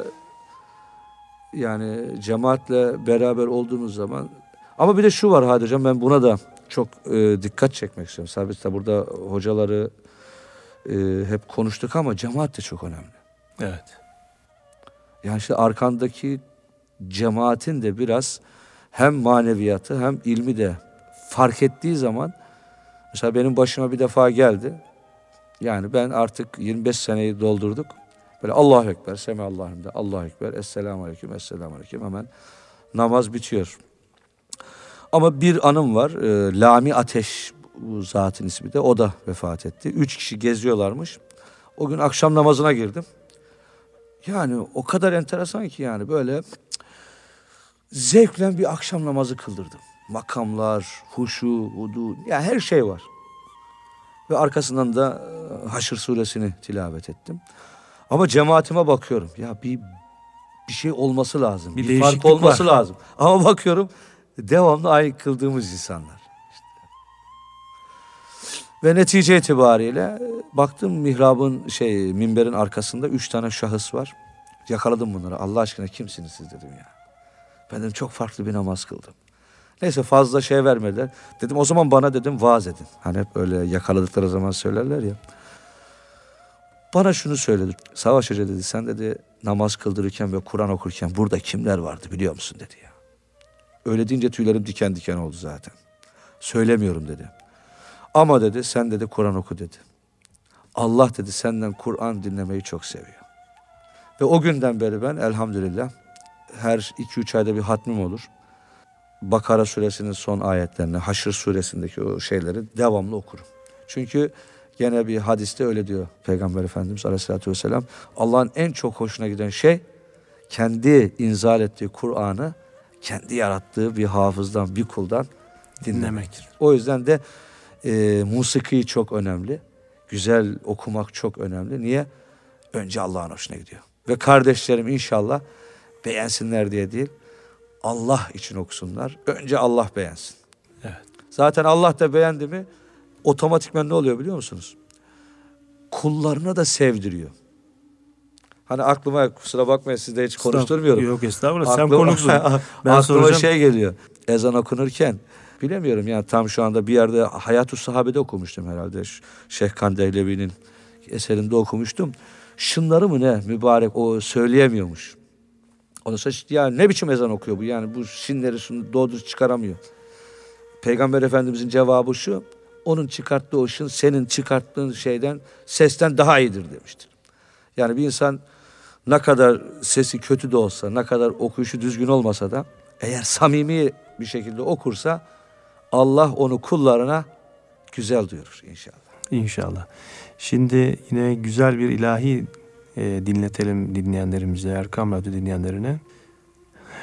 yani cemaatle beraber olduğumuz zaman, ama bir de şu var Hadi Hocam, ben buna da çok e, dikkat çekmek istiyorum. Sabit burada hocaları e, hep konuştuk ama cemaat de çok önemli. Evet. Yani işte arkandaki cemaatin de biraz hem maneviyatı hem ilmi de fark ettiği zaman, mesela benim başıma bir defa geldi. Yani ben artık yirmi beş seneyi doldurduk. Böyle Allahu Ekber, Semallahü'nde, Allahu Ekber, Esselamu Aleyküm, Esselamu Aleyküm, hemen namaz bitiyor. Ama bir anım var. E, Lami Ateş bu zatın ismi de, o da vefat etti. Üç kişi geziyorlarmış. O gün akşam namazına girdim. Yani o kadar enteresan ki yani böyle zevkle bir akşam namazı kıldırdım. Makamlar, huşu, hudu, ya her şey var. Ve arkasından da e, Haşr suresini tilavet ettim. Ama cemaatime bakıyorum. Ya bir bir şey olması lazım. Bir Bir, değişiklik fark olması var. lazım. Ama bakıyorum devamlı aynı kıldığımız insanlar. İşte. Ve netice itibariyle e, baktım mihrabın şey minberin arkasında üç tane şahıs var. Yakaladım bunları. Allah aşkına kimsiniz siz dedim ya. Ben dedim çok farklı bir namaz kıldım. Neyse fazla şey vermediler. Dedim o zaman bana dedim vaaz edin. Hani hep öyle yakaladıkları zaman söylerler ya. Bana şunu söyledi. Savaş Hoca dedi, sen dedi namaz kıldırırken ve Kur'an okurken burada kimler vardı biliyor musun dedi ya. Öyle deyince tüylerim diken diken oldu zaten. Söylemiyorum dedi. Ama dedi sen dedi Kur'an oku dedi. Allah dedi senden Kur'an dinlemeyi çok seviyor. Ve o günden beri ben elhamdülillah her iki üç ayda bir hatmim olur. Bakara suresinin son ayetlerini, Haşr suresindeki o şeyleri devamlı okurum. Çünkü gene bir hadiste öyle diyor Peygamber Efendimiz Aleyhisselatü Vesselam. Allah'ın en çok hoşuna giden şey kendi inzal ettiği Kur'an'ı kendi yarattığı bir hafızdan, bir kuldan dinlemektir. O yüzden de e, musiki çok önemli. Güzel okumak çok önemli. Niye? Önce Allah'ın hoşuna gidiyor. Ve kardeşlerim inşallah beğensinler diye değil, Allah için okusunlar. Önce Allah beğensin. Evet. Zaten Allah da beğendi mi otomatikman ne oluyor biliyor musunuz? Kullarına da sevdiriyor. Hani aklıma, kusura bakmayın sizde hiç konuşturmuyorum. Yok estağfurullah, sen Aklıma- konuksun. Ben aklıma soracağım. şey geliyor. Ezan okunurken bilemiyorum yani, tam şu anda bir yerde Hayat-ı Sahabe'de okumuştum herhalde. Şeyh Kandehlevi'nin eserinde okumuştum. Şınları mı ne mübarek o söyleyemiyormuş. Ondan sonra ya ne biçim ezan okuyor bu, yani bu şinleri şunu doğru çıkaramıyor. Peygamber Efendimizin cevabı şu: onun çıkarttığı o şın senin çıkarttığın şeyden, sesten daha iyidir demiştir. Yani bir insan ne kadar sesi kötü de olsa, ne kadar okuyuşu düzgün olmasa da eğer samimi bir şekilde okursa Allah onu kullarına güzel duyurur inşallah. İnşallah. Şimdi yine güzel bir ilahi e, dinletelim dinleyenlerimize, Erkam Radyo dinleyenlerine.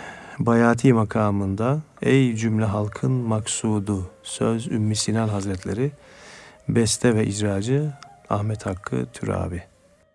Bayati makamında ey cümle halkın maksudu, söz Ümmü Sinan Hazretleri, beste ve icracı Ahmet Hakkı Türabi.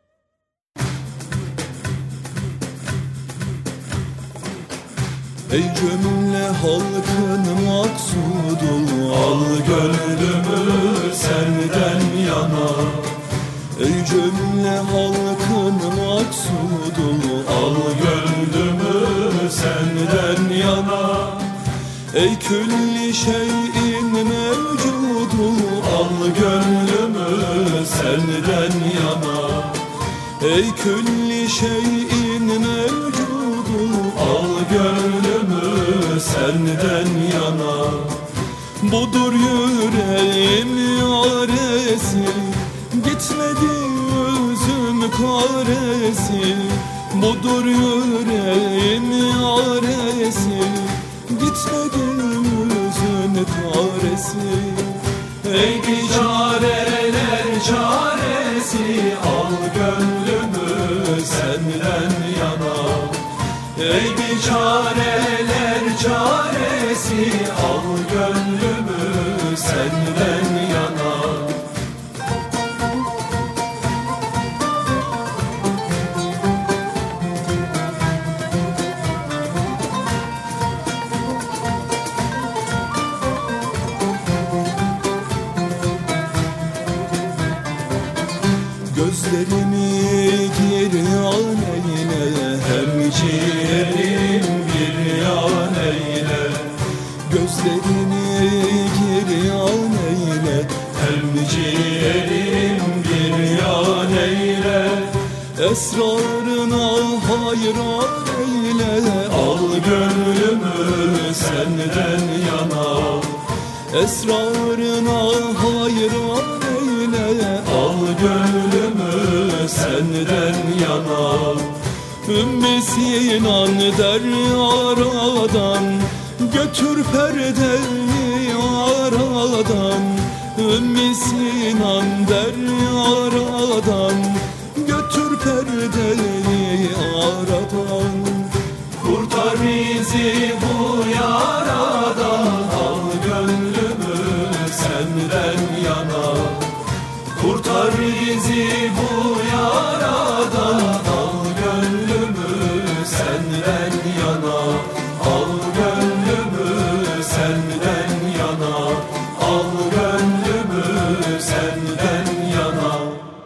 Ey cümle halkın maksudu, al gönlümü senden yana. Ey cümle halkın maksudu, al gönlümü senden yana. Ey külli şeyin mevcudu, al gönlümü senden yana. Ey külli şeyin mevcudu, al gönlümü senden yana. Budur yüreğim yaresi, gitmedi özüm karesi. Budur yüreğim yaresi, gitmedi özüm karesi. Ey biçareler çaresi, al gönlümü senden yana. Ey biçareler çaresi, al gönlümü senden yana. Gözlerimi geri al eyle, hem ciğerim bir yan eyle. Gözlerimi geri al eyle, hem ciğerim bir yan eyle. Esrarına hayran eyle, al gönlümü senden yana. Esrarına hayran eyle, al gönlümü senden yana. Ümmü Sinan der aradan, götür perdeyi aradan. Ümmü Sinan der aradan, götür perdeyi aradan. Kurtar bizi bu yaradan, al gönlümü senden yana. Kurtar bizi bu yaradan, al gönlümü senden yana. Al gönlümü senden yana. Al gönlümü senden yana.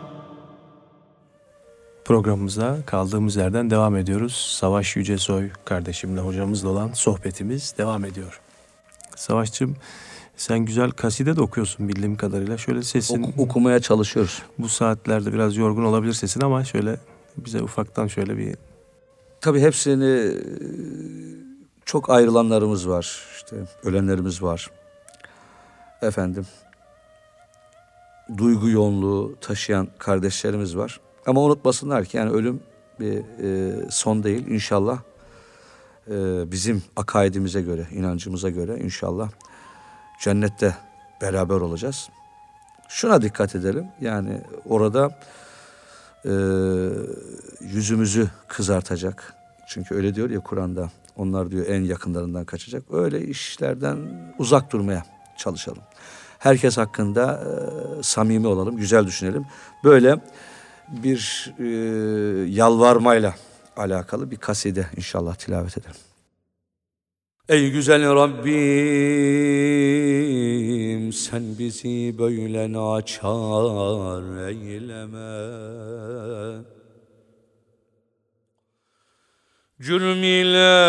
Programımıza kaldığımız yerden devam ediyoruz. Savaş Yücesoy kardeşimle, hocamızla olan sohbetimiz devam ediyor. Savaşçığım, sen güzel kaside de okuyorsun bildiğim kadarıyla. Şöyle sesin... Ok- okumaya çalışıyoruz. Bu saatlerde biraz yorgun olabilir sesin ama şöyle bize ufaktan şöyle bir... Tabii hepsini, çok ayrılanlarımız var. İşte ölenlerimiz var. Efendim, duygu yoğunluğu taşıyan kardeşlerimiz var. Ama unutmasınlar ki yani ölüm bir e, son değil. İnşallah e, bizim akaidimize göre, inancımıza göre inşallah cennette beraber olacağız. Şuna dikkat edelim. Yani orada e, yüzümüzü kızartacak. Çünkü öyle diyor ya Kur'an'da. Onlar diyor en yakınlarından kaçacak. Öyle işlerden uzak durmaya çalışalım. Herkes hakkında e, samimi olalım, güzel düşünelim. Böyle bir e, yalvarmayla alakalı bir kaside inşallah tilavet edelim. Ey güzel Rabbim, sen bizi böyle naçar eyleme. Cürm ile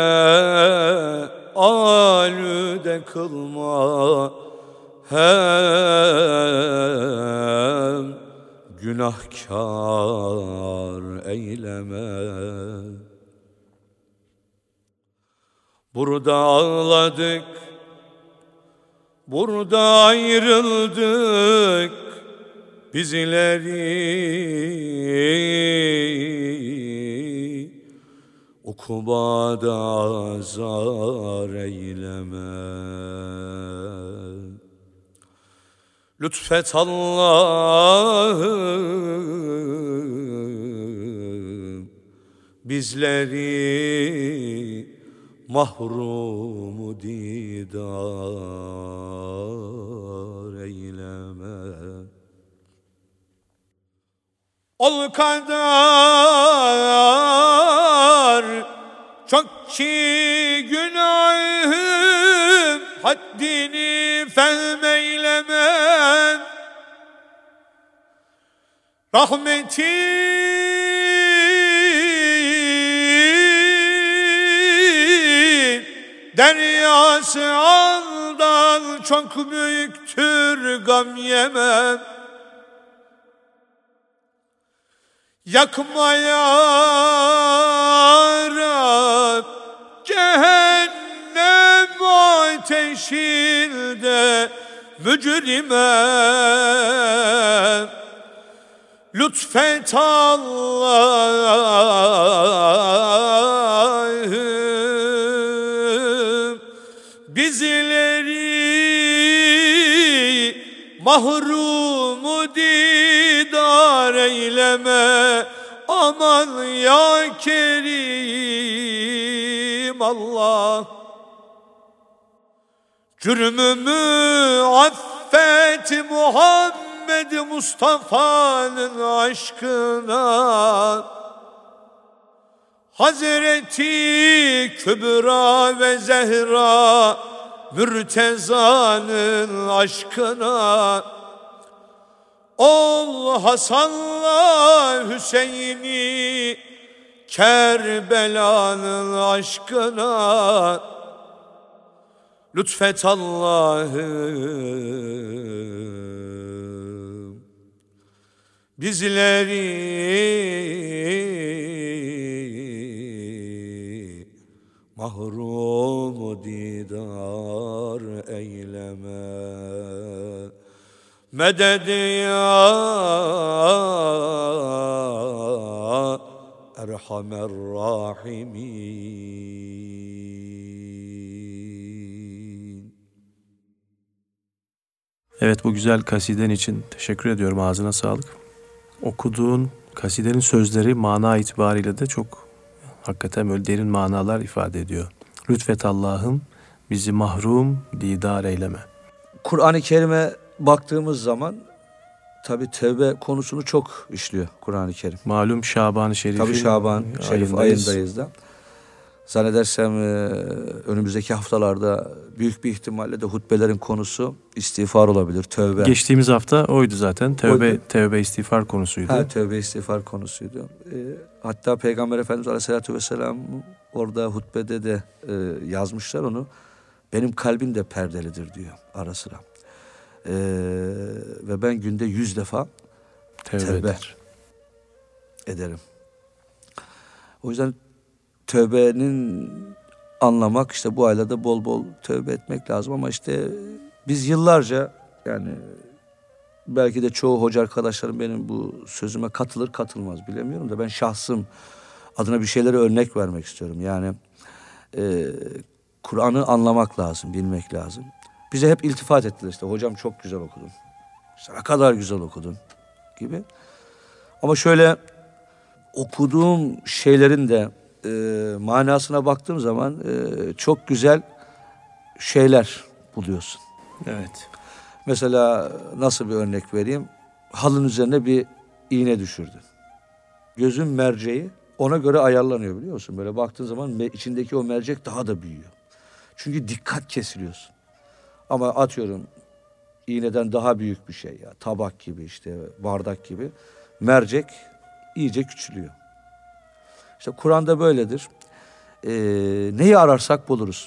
alüde kılma, hem günahkar eyleme. Burada ağladık, burada ayrıldık, bizleri ukubada azar eyleme. Lütfet Allah'ım bizleri mahrumu didar eyleme. Ol kadar çok ki günahım haddini fehmeyleme. Rahmetin deryası aldan çok büyüktür gam yemem. Yakma ya Rab cehennem ateşinde mücrime. Lütfet Allah'ım bizleri mahrumu didar eyleme. Aman ya Kerim Allah, cürmümü affet Muhammed Mustafa'nın aşkına. Hazreti Kübra ve Zehra Mürteza'nın aşkına. Ol Hasan'la Hüseyin'i Kerbela'nın aşkına. Lütfet Allah'ım bizleri mahrum didar eyleme. Medet ya Erhamer Rahimin. Evet, bu güzel kasiden için teşekkür ediyorum. Ağzına sağlık. Okuduğun kasidenin sözleri mana itibariyle de çok hakikaten böyle derin manalar ifade ediyor. Lütfet Allah'ım bizi mahrum didar eyleme. Kur'an-ı Kerim'e baktığımız zaman tabi tevbe konusunu çok işliyor Kur'an-ı Kerim. Malum Şaban-ı Şerif. Tabi Şaban Şerif ayındayız. ayındayız da. Zannedersem önümüzdeki haftalarda büyük bir ihtimalle de hutbelerin konusu istiğfar olabilir, tövbe. Geçtiğimiz hafta oydu zaten. Tövbe, oydu. tövbe istiğfar konusuydu. Ha, tövbe istiğfar konusuydu. E, hatta Peygamber Efendimiz Aleyhisselatü Vesselam orada hutbede de e, yazmışlar onu. Benim kalbim de perdelidir diyor ara sıra. E, ve ben günde yüz defa tövbe, tövbe ederim. O yüzden tövbenin anlamak, işte bu aylarda bol bol tövbe etmek lazım ama işte biz yıllarca, yani belki de çoğu hoca arkadaşlarım benim bu sözüme katılır katılmaz bilemiyorum da ben şahsım adına bir şeylere örnek vermek istiyorum. Yani e, Kur'an'ı anlamak lazım, bilmek lazım. Bize hep iltifat ettiler, işte hocam çok güzel okudun, işte ne kadar güzel okudun gibi. Ama şöyle okuduğum şeylerin de e, manasına baktığım zaman e, çok güzel şeyler buluyorsun. Evet. Mesela nasıl bir örnek vereyim? Halın üzerine bir iğne düşürdü. Gözün merceği ona göre ayarlanıyor, biliyor musun? Böyle baktığın zaman içindeki o mercek daha da büyüyor. Çünkü dikkat kesiliyorsun. Ama atıyorum iğneden daha büyük bir şey ya, tabak gibi, işte bardak gibi, mercek iyice küçülüyor. İşte Kur'an'da böyledir. Ee, neyi ararsak buluruz.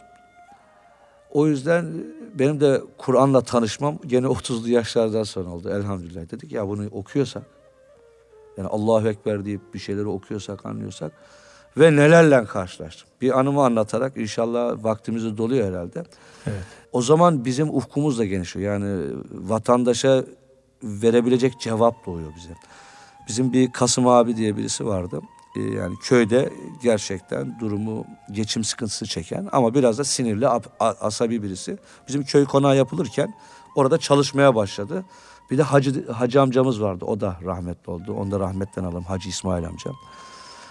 O yüzden benim de Kur'an'la tanışmam gene otuzlu yaşlardan sonra oldu elhamdülillah. Dedik ya bunu okuyorsak, yani Allahu Ekber deyip bir şeyleri okuyorsak, anlıyorsak ve nelerle karşılaştım. Bir anımı anlatarak, inşallah vaktimiz doluyor herhalde. Evet. O zaman bizim ufkumuz da genişliyor. Yani vatandaşa verebilecek cevap doğuyor bize. Bizim bir Kasım abi diye birisi vardı. Ee, yani köyde gerçekten durumu, geçim sıkıntısı çeken ama biraz da sinirli, asabi birisi. Bizim köy konağı yapılırken orada çalışmaya başladı. Bir de hacı, hacı amcamız vardı. O da rahmetli oldu. Onu da rahmetten alalım. Hacı İsmail amcam.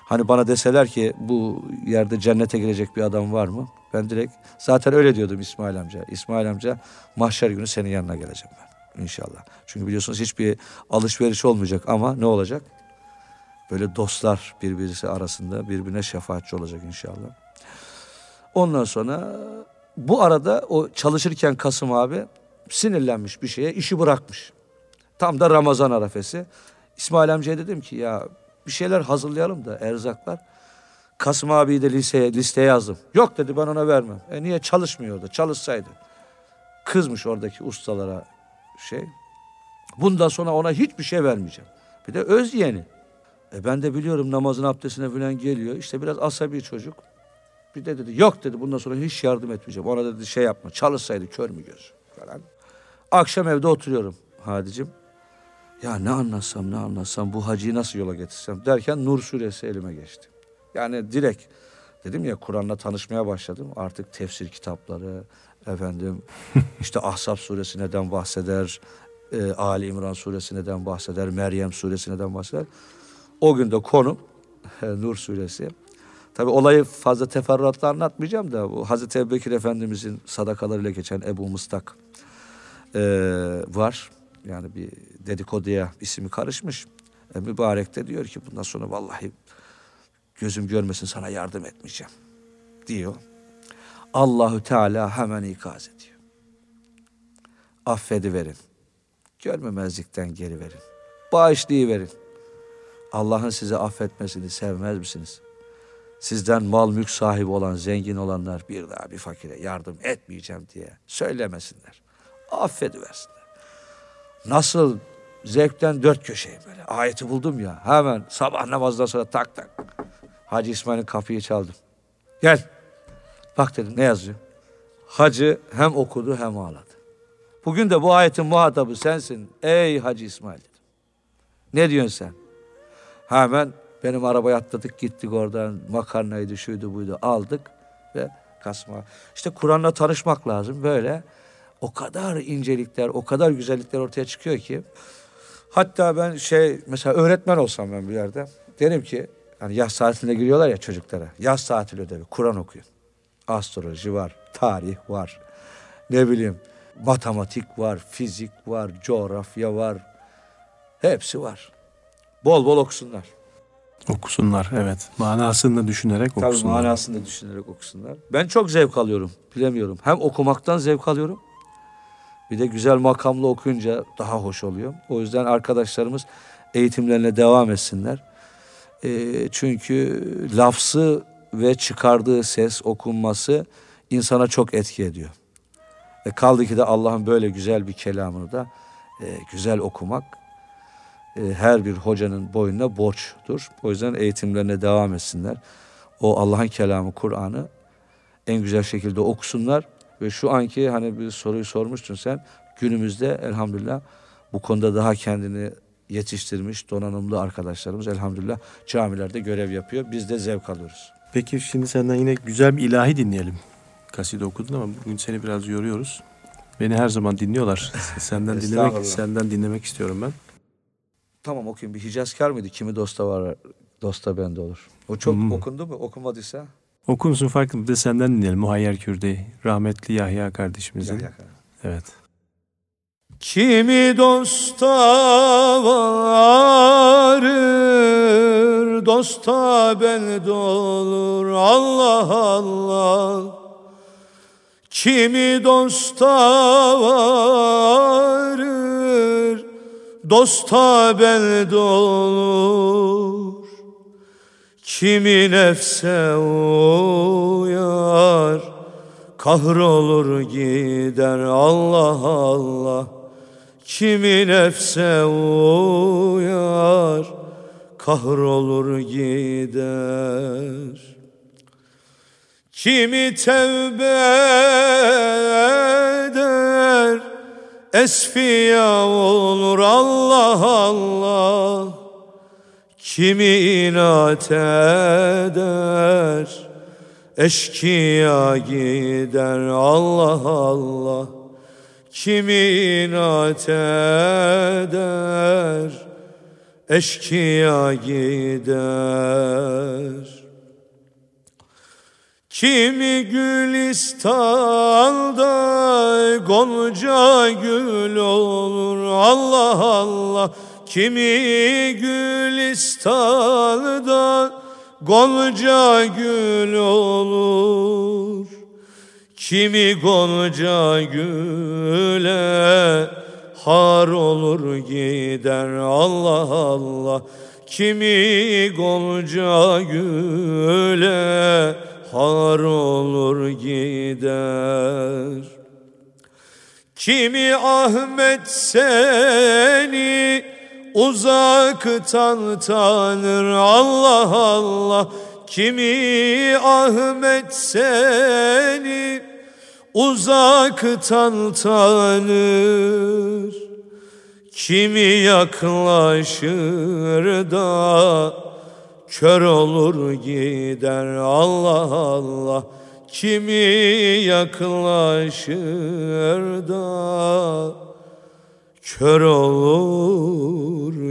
Hani bana deseler ki bu yerde cennete girecek bir adam var mı? Ben direkt zaten öyle diyordum İsmail amca. İsmail amca mahşer günü senin yanına geleceğim ben inşallah. Çünkü biliyorsunuz hiçbir alışveriş olmayacak ama ne olacak? Böyle dostlar birbirisi arasında birbirine şefaatçi olacak inşallah. Ondan sonra bu arada o çalışırken Kasım abi sinirlenmiş bir şeye, işi bırakmış. Tam da Ramazan arafesi. İsmail amcaya dedim ki ya bir şeyler hazırlayalım da erzaklar. Kasım abiyi de liseye, listeye yazdım. Yok dedi, ben ona vermem. E niye, çalışmıyordu? Çalışsaydı. Kızmış oradaki ustalara şey. Bundan sonra ona hiçbir şey vermeyeceğim. Bir de öz yeğeni. E ben de biliyorum namazın abdestine falan geliyor. İşte biraz asabi çocuk. Bir de dedi yok dedi, bundan sonra hiç yardım etmeyeceğim. Ona dedi şey yapma, çalışsaydı kör mü göz falan. Akşam evde oturuyorum Hadicim. Ya ne anlatsam ne anlatsam bu hacıyı nasıl yola getirsem derken Nur suresi elime geçti. Yani direkt dedim ya, Kur'an'la tanışmaya başladım. Artık tefsir kitapları, efendim işte Ahzab suresi neden bahseder, e, Ali İmran suresi neden bahseder, Meryem suresi neden bahseder. O gün de konum e, Nur suresi. Tabii olayı fazla teferruatla anlatmayacağım da bu Hazreti Ebubekir Efendimizin sadakalarıyla geçen Ebu Mıstak e, var. Yani bir dedikoduya ismi karışmış. E, mübarek de diyor ki bundan sonra vallahi gözüm görmesin sana yardım etmeyeceğim diyor. Allahü Teala hemen ikaz ediyor. Affediverin. Görmemezlikten geri verin. Bağışlayıverin. Allah'ın size affetmesini sevmez misiniz? Sizden mal mülk sahibi olan, zengin olanlar bir daha bir fakire yardım etmeyeceğim diye söylemesinler. Affediversinler. Nasıl zevkten dört köşeyim böyle. Ayeti buldum ya. Hemen sabah namazdan sonra tak tak. Hacı İsmail'in kapıyı çaldım. Gel. Bak dedim, ne yazıyor? Hacı hem okudu hem ağladı. Bugün de bu ayetin muhatabı sensin ey Hacı İsmail dedim. Ne diyorsun sen? Hemen benim arabaya atladık gittik oradan. Makarnaydı şuydu buydu aldık ve Kasım'a. İşte Kur'an'la tanışmak lazım böyle. O kadar incelikler, o kadar güzellikler ortaya çıkıyor ki. Hatta ben şey mesela öğretmen olsam ben bir yerde derim ki hani yaz tatiline giriyorlar ya çocuklara. Yaz tatil ödevi, Kur'an okuyun. Astroloji var, tarih var. Ne bileyim matematik var, fizik var, coğrafya var. Hepsi var. Bol bol okusunlar. Okusunlar evet. Manasını da düşünerek okusunlar. Tabii manasını da düşünerek okusunlar. Ben çok zevk alıyorum. Bilemiyorum. Hem okumaktan zevk alıyorum. Bir de güzel makamlı okuyunca daha hoş oluyor. O yüzden arkadaşlarımız eğitimlerine devam etsinler. E, çünkü lafzı ve çıkardığı ses, okunması insana çok etki ediyor. E kaldı ki de Allah'ın böyle güzel bir kelamını da e, güzel okumak e, her bir hocanın boynuna borçtur. O yüzden eğitimlerine devam etsinler. O Allah'ın kelamı, Kur'an'ı en güzel şekilde okusunlar. Ve şu anki hani bir soruyu sormuştun sen, günümüzde elhamdülillah bu konuda daha kendini yetiştirmiş donanımlı arkadaşlarımız elhamdülillah camilerde görev yapıyor. Biz de zevk alıyoruz. Peki şimdi senden yine güzel bir ilahi dinleyelim. Kaside okudun ama bugün seni biraz yoruyoruz. Beni her zaman dinliyorlar. Senden dinlemek, senden dinlemek istiyorum ben. Tamam okuyayım. Bir Hicazkar mıydı? Kimi dosta var, dosta bende olur. O çok hmm. okundu mu? Okunmadıysa? Okunsun farklı. Bir de senden dinleyelim. Muhayyer Kürdi. Rahmetli Yahya kardeşimizin. Yahya. Evet. Kimi dosta varır, dosta belde olur, Allah Allah. Kimi dosta varır, dosta belde olur. Kimi nefse uyar, kahrolur gider, Allah Allah. Kimi nefse uyar, kahrolur gider. Kimi tevbe eder, esfiya olur, Allah Allah. Kimi inat eder, eşkıya gider, Allah Allah. Kimi inat eder, eşkıya gider. Kimi Gülistan'da gonca gül olur, Allah Allah. Kimi Gülistan'da gonca gül olur, kimi gonca güle har olur gider, Allah Allah. Kimi gonca güle har olur gider. Kimi Ahmet seni uzaktan tanır, Allah Allah. Kimi Ahmet seni uzaktan tanır, kimi yaklaşır da kör olur gider, Allah Allah. Kimi yaklaşır da kör olur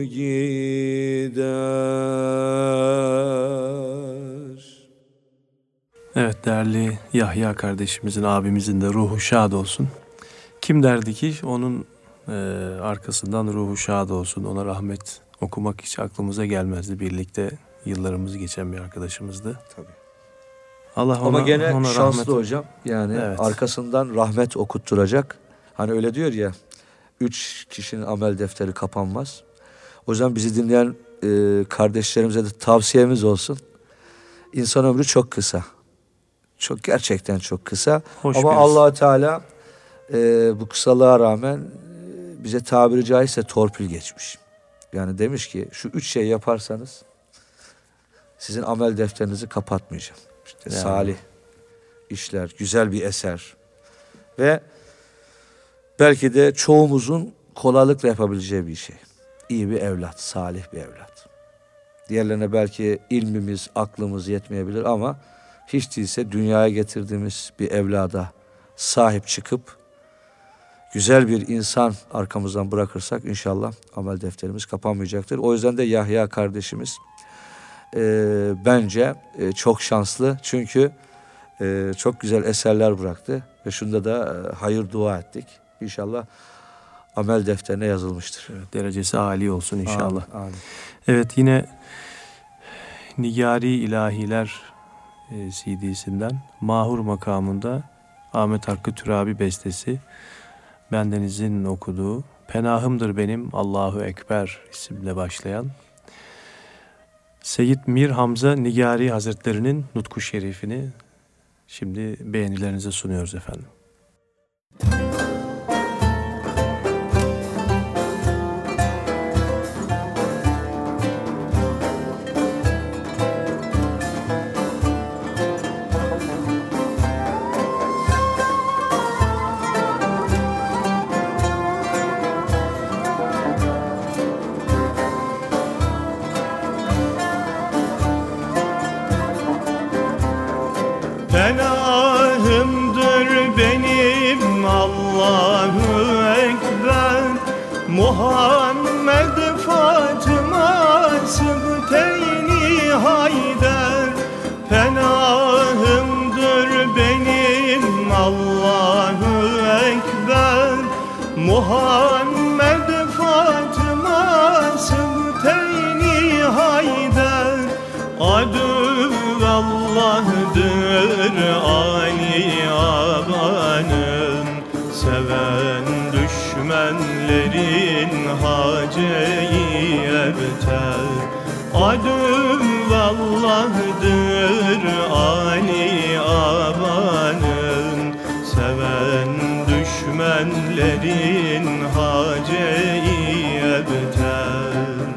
gider. Evet, değerli Yahya kardeşimizin, abimizin de ruhu şad olsun. Kim derdi ki onun e, arkasından ruhu şad olsun, ona rahmet okumak hiç aklımıza gelmezdi. Birlikte yıllarımızı geçen bir arkadaşımızdı. Tabii. Allah ona, Ama gene ona şanslı rahmet... hocam. Yani evet, arkasından rahmet okutturacak. Hani öyle diyor ya, üç kişinin amel defteri kapanmaz. O yüzden bizi dinleyen e, kardeşlerimize de tavsiyemiz olsun. İnsan ömrü çok kısa. Çok, gerçekten çok kısa. Hoş Ama Allah Teala e, bu kısalığa rağmen e, bize tabiri caizse torpil geçmiş. Yani demiş ki şu üç şey yaparsanız sizin amel defterinizi kapatmayacağım. İşte yani salih işler, güzel bir eser ve belki de çoğumuzun kolaylıkla yapabileceği bir şey. İyi bir evlat, salih bir evlat. Diğerlerine belki ilmimiz, aklımız yetmeyebilir ama hiç değilse dünyaya getirdiğimiz bir evlada sahip çıkıp güzel bir insan arkamızdan bırakırsak inşallah amel defterimiz kapanmayacaktır. O yüzden de Yahya kardeşimiz e, bence e, çok şanslı. Çünkü e, çok güzel eserler bıraktı ve şunda da e, hayır dua ettik. İnşallah amel defterine yazılmıştır. Evet, derecesi âli olsun inşallah. Amin, amin. Evet, yine Nigari İlahiler e, C D'sinden Mahur makamında Ahmet Hakkı Türabi bestesi, bendenizin okuduğu Penahımdır Benim Allahu Ekber isimle başlayan Seyyid Mir Hamza Nigari Hazretleri'nin Nutku Şerifini şimdi beğenilerinize sunuyoruz efendim. Penahımdır benim Allahu Ekber, Muhammed Fatıma Sıbteyni Haydar. Penahımdır benim Allahu Ekber, Muhammed Fatıma Sıbteyni Haydar. Adü Allah'dır Ali abanım, seven düşmenlerin haceyi ebter. Adü Allah'dır Ali abanım, seven düşmenlerin haceyi ebter.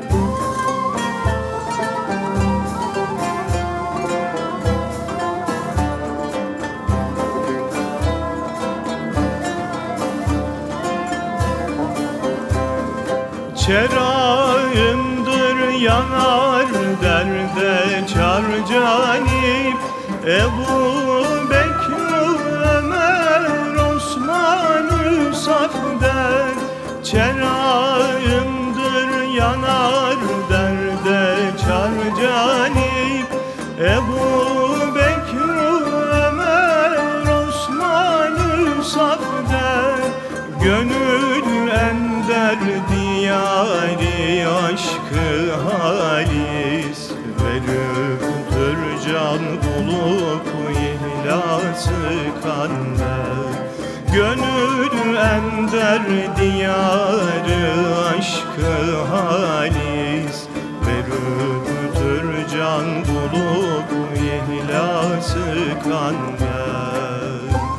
Çerağımdır yanar derde çar canip, Ebu Bekir, Ömer, Osman, Safder. Çerağımdır yanar derde çar cani. Ebu Bekir, Ömer, Osman-ı Safder, gönül ender diyari aşkı halis, verüptür can bulup ihlası kander. Gönül ender diyarı aşkı halis, verüptür can bulup ihlası kander.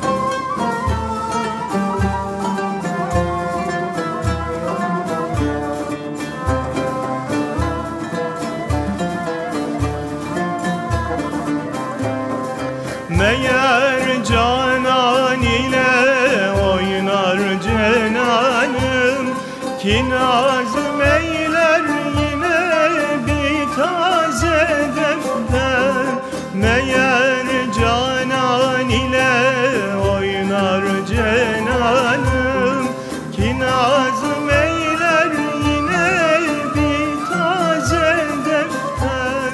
Meğer canan ile oynar cenanım, ki nazım eyler yine bir taze defter. Meğer canan ile oynar cenanım, ki nazım eyler yine bir taze defter.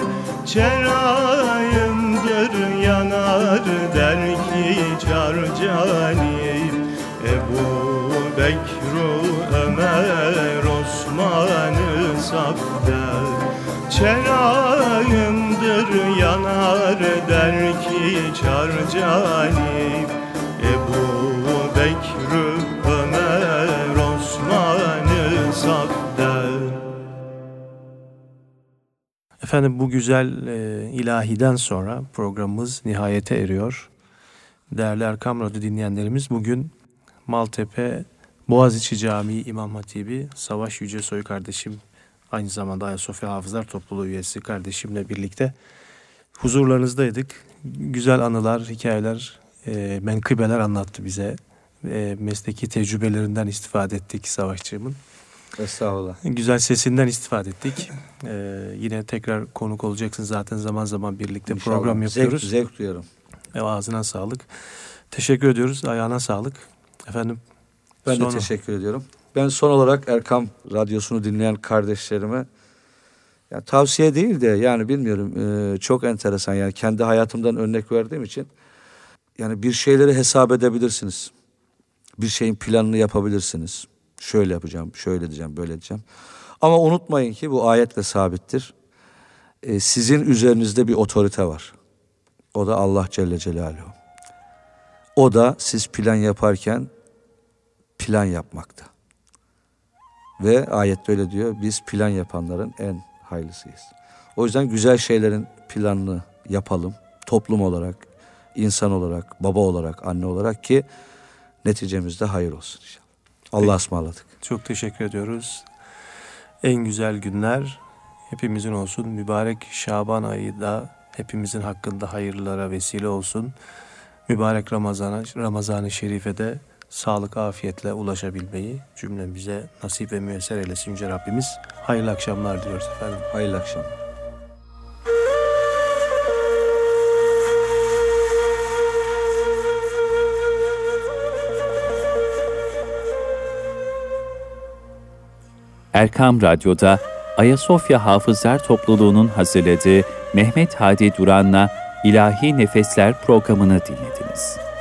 Çerayımdır yanar der ki çar cani. Ebu Bekru, Ömer, Osman-ı Safder, çerayımdır yanar der ki çar cani. Ebu Bekru, Ömer, Osman-ı Safder. Efendim, bu güzel e, ilahiden sonra programımız nihayete eriyor. Değerli Erkam Radyo dinleyenlerimiz, bugün Maltepe Boğaziçi Camii İmam Hatibi Savaş Yücesoy kardeşim, aynı zamanda Ayasofya Hafızlar Topluluğu üyesi kardeşimle birlikte huzurlarınızdaydık. Güzel anılar, hikayeler, e, menkıbeler anlattı bize. E, mesleki tecrübelerinden istifade ettik Savaşçığımın. Estağfurullah. Güzel sesinden istifade ettik. Ee, yine tekrar konuk olacaksın zaten, zaman zaman birlikte İnşallah. program yapıyoruz. Zevk, zevk duyarım. E, ağzına sağlık. Teşekkür ediyoruz. Ayağına sağlık. Efendim. Ben sonra... de teşekkür ediyorum. Ben son olarak Erkam Radyosu'nu dinleyen kardeşlerime, ya tavsiye değil de yani bilmiyorum, e, çok enteresan, yani kendi hayatımdan örnek verdiğim için, yani bir şeyleri hesap edebilirsiniz. Bir şeyin planını yapabilirsiniz. Şöyle yapacağım, şöyle diyeceğim, böyle diyeceğim. Ama unutmayın ki bu ayetle sabittir. Ee, sizin üzerinizde bir otorite var. O da Allah Celle Celaluhu. O da siz plan yaparken plan yapmakta. Ve ayet böyle diyor, biz plan yapanların en hayırlısıyız. O yüzden güzel şeylerin planını yapalım. Toplum olarak, insan olarak, baba olarak, anne olarak, ki neticemizde hayır olsun inşallah. Allah'a ısmarladık. Çok teşekkür ediyoruz. En güzel günler hepimizin olsun. Mübarek Şaban ayı da hepimizin hakkında hayırlara vesile olsun. Mübarek Ramazan'a, Ramazan-ı Şerif'e de sağlık, afiyetle ulaşabilmeyi cümlemize nasip ve müyesser eylesin Yüce Rabbimiz. Hayırlı akşamlar diliyoruz efendim. Hayırlı akşamlar. Erkam Radyo'da Ayasofya Hafızlar Topluluğu'nun hazırladığı Mehmet Hadi Duran'la İlahi Nefesler programını dinlediniz.